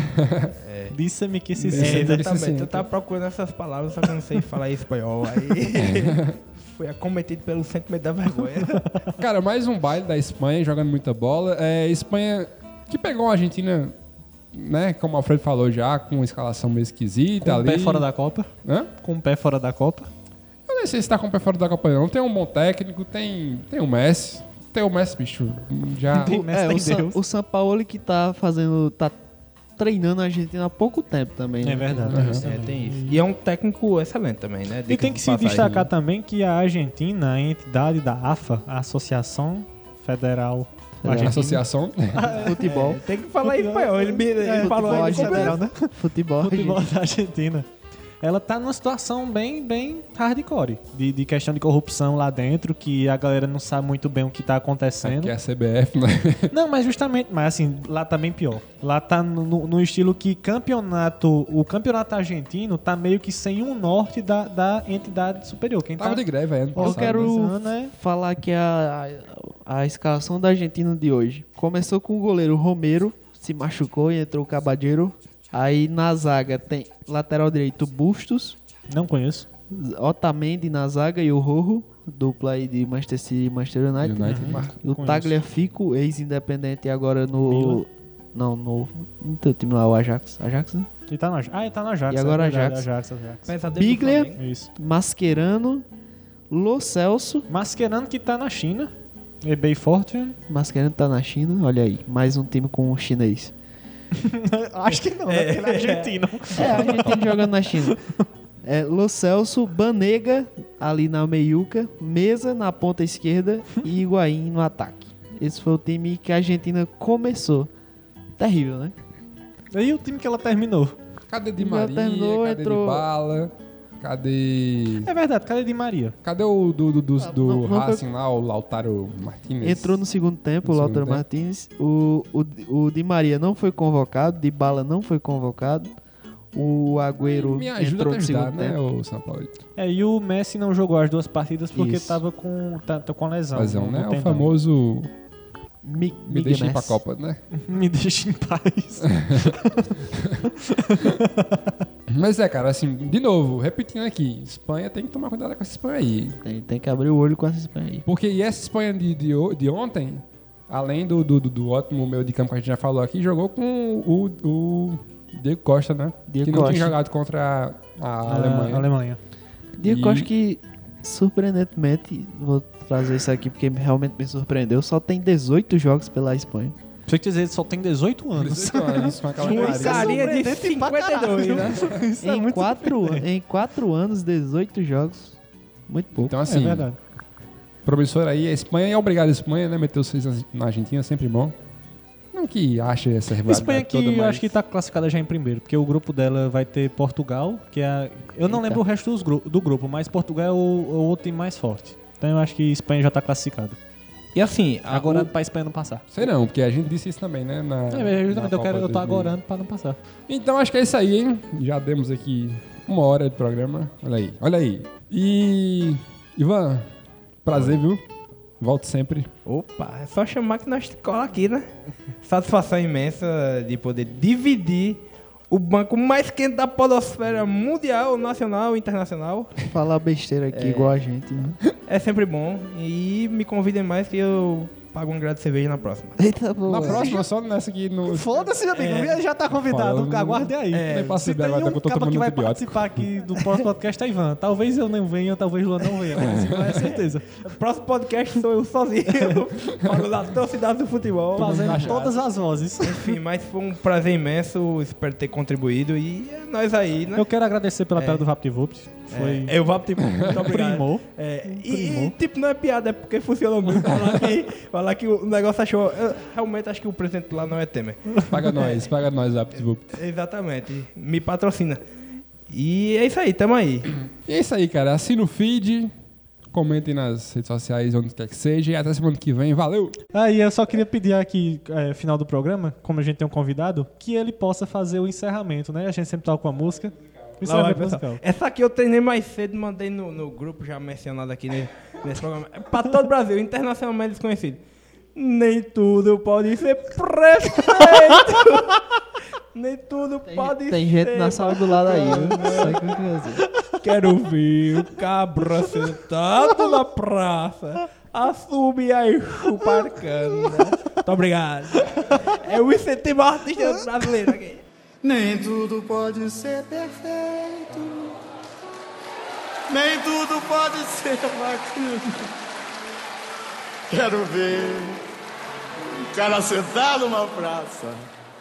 Disse-me que se É, É, sente. exatamente. sim. Eu tava procurando essas palavras, só que eu não sei falar espanhol. Aí fui acometido pelo sentimento da vergonha. Cara, mais um baile da Espanha, jogando muita bola. É, Espanha que pegou a Argentina né, como o Alfredo falou já, com uma escalação meio esquisita Com o ali. pé fora da Copa. Hã? Com o pé fora da Copa. Eu nem sei se tá com o pé fora da Copa não. Tem um bom técnico, tem, tem o Messi. Tem o Messi, bicho. Já... Tem Messi, É, tem o, Sa Deus. o Sampaoli que tá fazendo. tá treinando a Argentina há pouco tempo também. né? É verdade. Uhum. é isso É, também. tem isso. E é um técnico excelente também, né? E tem que se destacar também que a Argentina, a entidade da A F A, a Associação Federal Argentina. Associação. Futebol. É, tem que falar em espanhol. Ele, me- ele É, falou futebol aí. como é? argentino, né? Futebol, Futebol argentino. da Argentina. Ela tá numa situação bem, bem hardcore. De, de questão de corrupção lá dentro, que a galera não sabe muito bem o que tá acontecendo. Que é a C B F, né? Não, mas justamente, mas assim, lá tá bem pior. Lá tá no, no- no estilo que campeonato, o campeonato argentino tá meio que sem um norte da, da entidade superior. Quem Tava tá de greve aí ano Eu passado. quero Organizando, é. falar que a, a, a escalação da Argentina de hoje começou com o goleiro Romero, se machucou e entrou o Caballero. Aí na zaga tem lateral direito Bustos, Não conheço. Otamendi na zaga e o Rojo, dupla aí de Manchester City e Manchester United. United. E o Conheço. Tagliafico, ex-independente agora no... Milan. Não, no... No teu time lá, o Ajax. Ajax, né? Ele tá no Ajax. Ah, ele tá no Ajax. E agora é verdade, Ajax. Ajax, Ajax. Pesadelo do Biglia. Flamengo. Isso. Mascherano, Lo Celso. Mascherano que tá na China. É bem forte. Mascherano tá na China, olha aí. Mais um time com um chinês. Acho que não, né? Porque ele é argentino. É, a Argentina jogando na China. É, Lo Celso, Banega ali na meiuca, Mesa na ponta esquerda e Higuaín no ataque. Esse foi o time que a Argentina começou. Terrível, né? E o time que ela terminou? Cadê Di Já Maria? terminou, Cadê entrou- Dybala? Cadê... É verdade, cadê Di Maria? Cadê o do, do, do, Ah, do não- não foi- Racing lá, o Lautaro Martinez? Entrou no segundo tempo No o segundo Lautaro tempo. Martins. O, o, o Di Maria não foi convocado, Dybala não foi convocado. O Agüero Me ajuda entrou a no te ajudar, segundo né, tempo. o São Paulo? É, e o Messi não jogou as duas partidas porque Isso. tava com, tá, tá com lesão. Lesão, no- né? no O tendão. famoso Mi, me deixa ir pra Messi. Copa, né? Me deixa em paz. Mas é, cara, assim, de novo, repetindo aqui, Espanha tem que tomar cuidado com essa Espanha aí. Tem, tem que abrir o olho com essa Espanha aí. Porque e essa Espanha de, de, o- de ontem, além do, do, do- do ótimo meio de campo que a gente já falou aqui, jogou com o, o Diego Costa, né? Diego que não Costa. tinha jogado contra a, a Ah, Alemanha. Alemanha. Diego E- Costa que, surpreendentemente, vou trazer isso aqui porque realmente me surpreendeu, só tem dezoito jogos pela Espanha. Você quer dizer, ele só tem dezoito anos. dezoito anos, com aquela Com carinha. carinha de cinquenta e dois, né? Isso é em, muito quatro, em quatro anos, dezoito jogos. Muito pouco. Então, É assim, verdade. promissor aí, a Espanha é obrigado a Espanha, né? Meteu seis na Argentina, sempre bom. Não que ache essa A rivalidade Espanha que toda, eu mas... acho que tá classificada já em primeiro, porque o grupo dela vai ter Portugal, que é a... Eu não Eita. lembro o resto dos gru... do grupo, mas Portugal é o, o outro time mais forte. Então eu acho que a Espanha já tá classificada. E assim, a- Agora o- pra Espanha não passar. Sei não, porque a gente disse isso também, né? Na, É, justamente, na eu, quero, Copa eu tô dois mil. agorando pra não passar. Então acho que é isso aí, hein? Já demos aqui uma hora de programa. Olha aí, olha aí. E... Ivan, prazer, viu? Volte sempre. Opa, é só chamar que nós cola aqui, né? Satisfação imensa de poder dividir o banco mais quente da podosfera mundial, nacional e internacional. Falar besteira aqui É. igual a gente. Né? É sempre bom. E me convidem mais que eu pago um grau de cerveja na próxima. Eita, pô. Na próxima, só nessa aqui no... Foda-se, amigo. Ele já tá convidado. Falando- Aguarde aí. Nem pra Se saber tem agora, tá um que eu tô cara que tomando vai antibiótico. participar aqui do próximo podcast é Ivan. Talvez eu não venha, talvez Luan não venha. Mas com certeza. Próximo podcast sou eu sozinho. Falo da torcida do futebol. Fazendo todas as vozes. Enfim, mas foi um prazer imenso. Espero ter contribuído. E é nós aí, né? Eu quero agradecer pela É. tela do VaptVupt. Foi... É, eu vou tipo, muito obrigado. Primou. É, e, Primou. e, tipo, não é piada, é porque funcionou muito. Falar que, falar que o negócio achou. Eu realmente acho que o presidente lá não é Temer. Paga nós, paga nós, VaptVupt. Exatamente. Me patrocina. E é isso aí, tamo aí. E é isso aí, cara. Assina o feed, comentem nas redes sociais, onde quer que seja. E até semana que vem. Valeu! Aí eu só queria pedir aqui, é, final do programa, como a gente tem um convidado, que ele possa fazer o encerramento, né? A gente sempre toca com a música. O Lá vai, encerramento pessoal. musical. Essa aqui eu treinei mais cedo, mandei no, no grupo já mencionado aqui ne- nesse programa. É pra todo o Brasil, internacionalmente desconhecido. Nem tudo pode ser prefeito. Nem tudo Tem, pode tem ser. gente na sala do lado aí, viu? Sabe o que eu quero dizer? Quero ver o cabra sentado na praça, a subir e chupar cana. Muito obrigado. É o incentivo artista brasileiro aqui. Nem tudo pode ser perfeito, nem tudo pode ser bacana. Quero ver um cara sentado numa praça.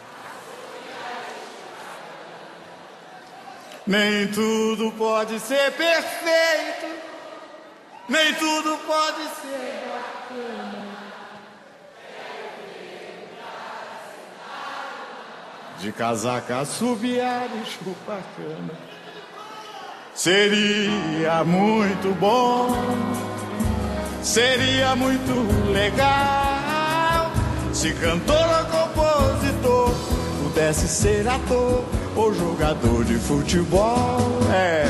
Nem tudo pode ser perfeito, nem tudo pode ser bacana. De casaca, assobiar e chupar cana. Seria muito bom, seria muito legal se cantor ou compositor pudesse ser ator ou jogador de futebol. É.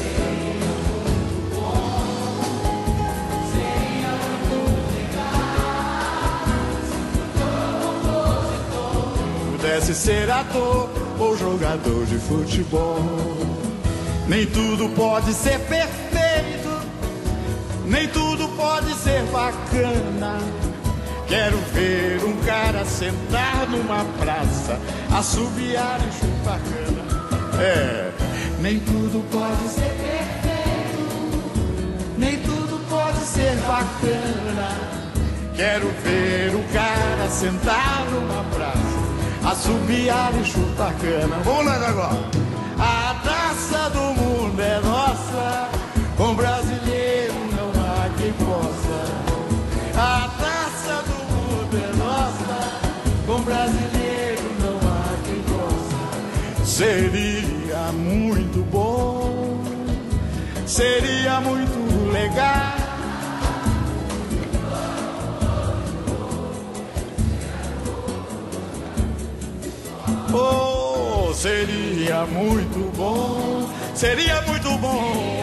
Pudesse ser ator ou jogador de futebol. Nem tudo pode ser perfeito, nem tudo pode ser bacana. Quero ver um cara sentar numa praça, assobiar e chupar cana. É, nem tudo pode ser perfeito, nem tudo pode ser bacana. Quero ver um cara sentar numa praça, assobiar e chupar cana. Vamos lá agora. A taça do mundo é nossa, com brasileiro não há quem possa. A taça do mundo é nossa, com brasileiro não há quem possa. Seria muito bom, seria muito legal. Oh, seria muito bom, seria muito bom.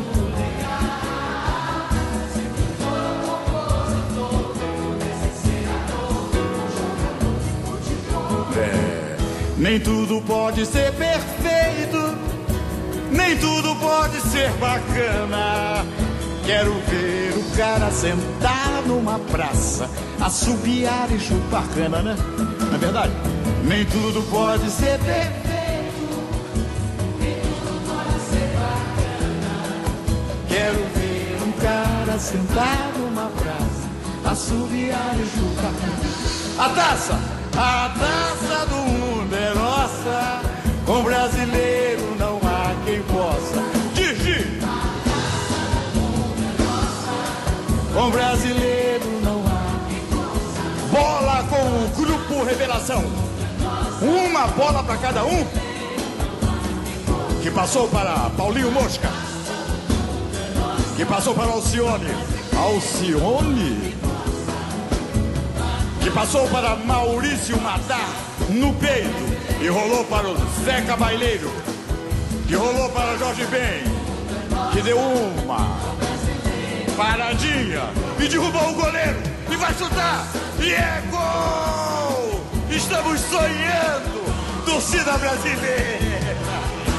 É, nem tudo pode ser perfeito, nem tudo pode ser bacana. Quero ver o cara sentar numa praça, assobiar e chupar cana, né? Não é verdade? Nem tudo pode ser perfeito, nem tudo pode ser bacana. Quero ver um cara sentado numa praça, assobiar e chupar cana. A taça, a taça do mundo é nossa, com brasileiro não há quem possa. Digi! A taça do mundo é nossa, com brasileiro não há quem possa. Bola com o Grupo Revelação. Uma bola para cada um. Que passou para Paulinho Mosca. Que passou para Alcione. Alcione. Que passou para Maurício Matar no peito. E rolou para o Zeca Baileiro. Que rolou para Jorge Ben. Que deu uma paradinha e derrubou o goleiro. E vai chutar. E é gol! Estamos sonhando, torcida brasileira!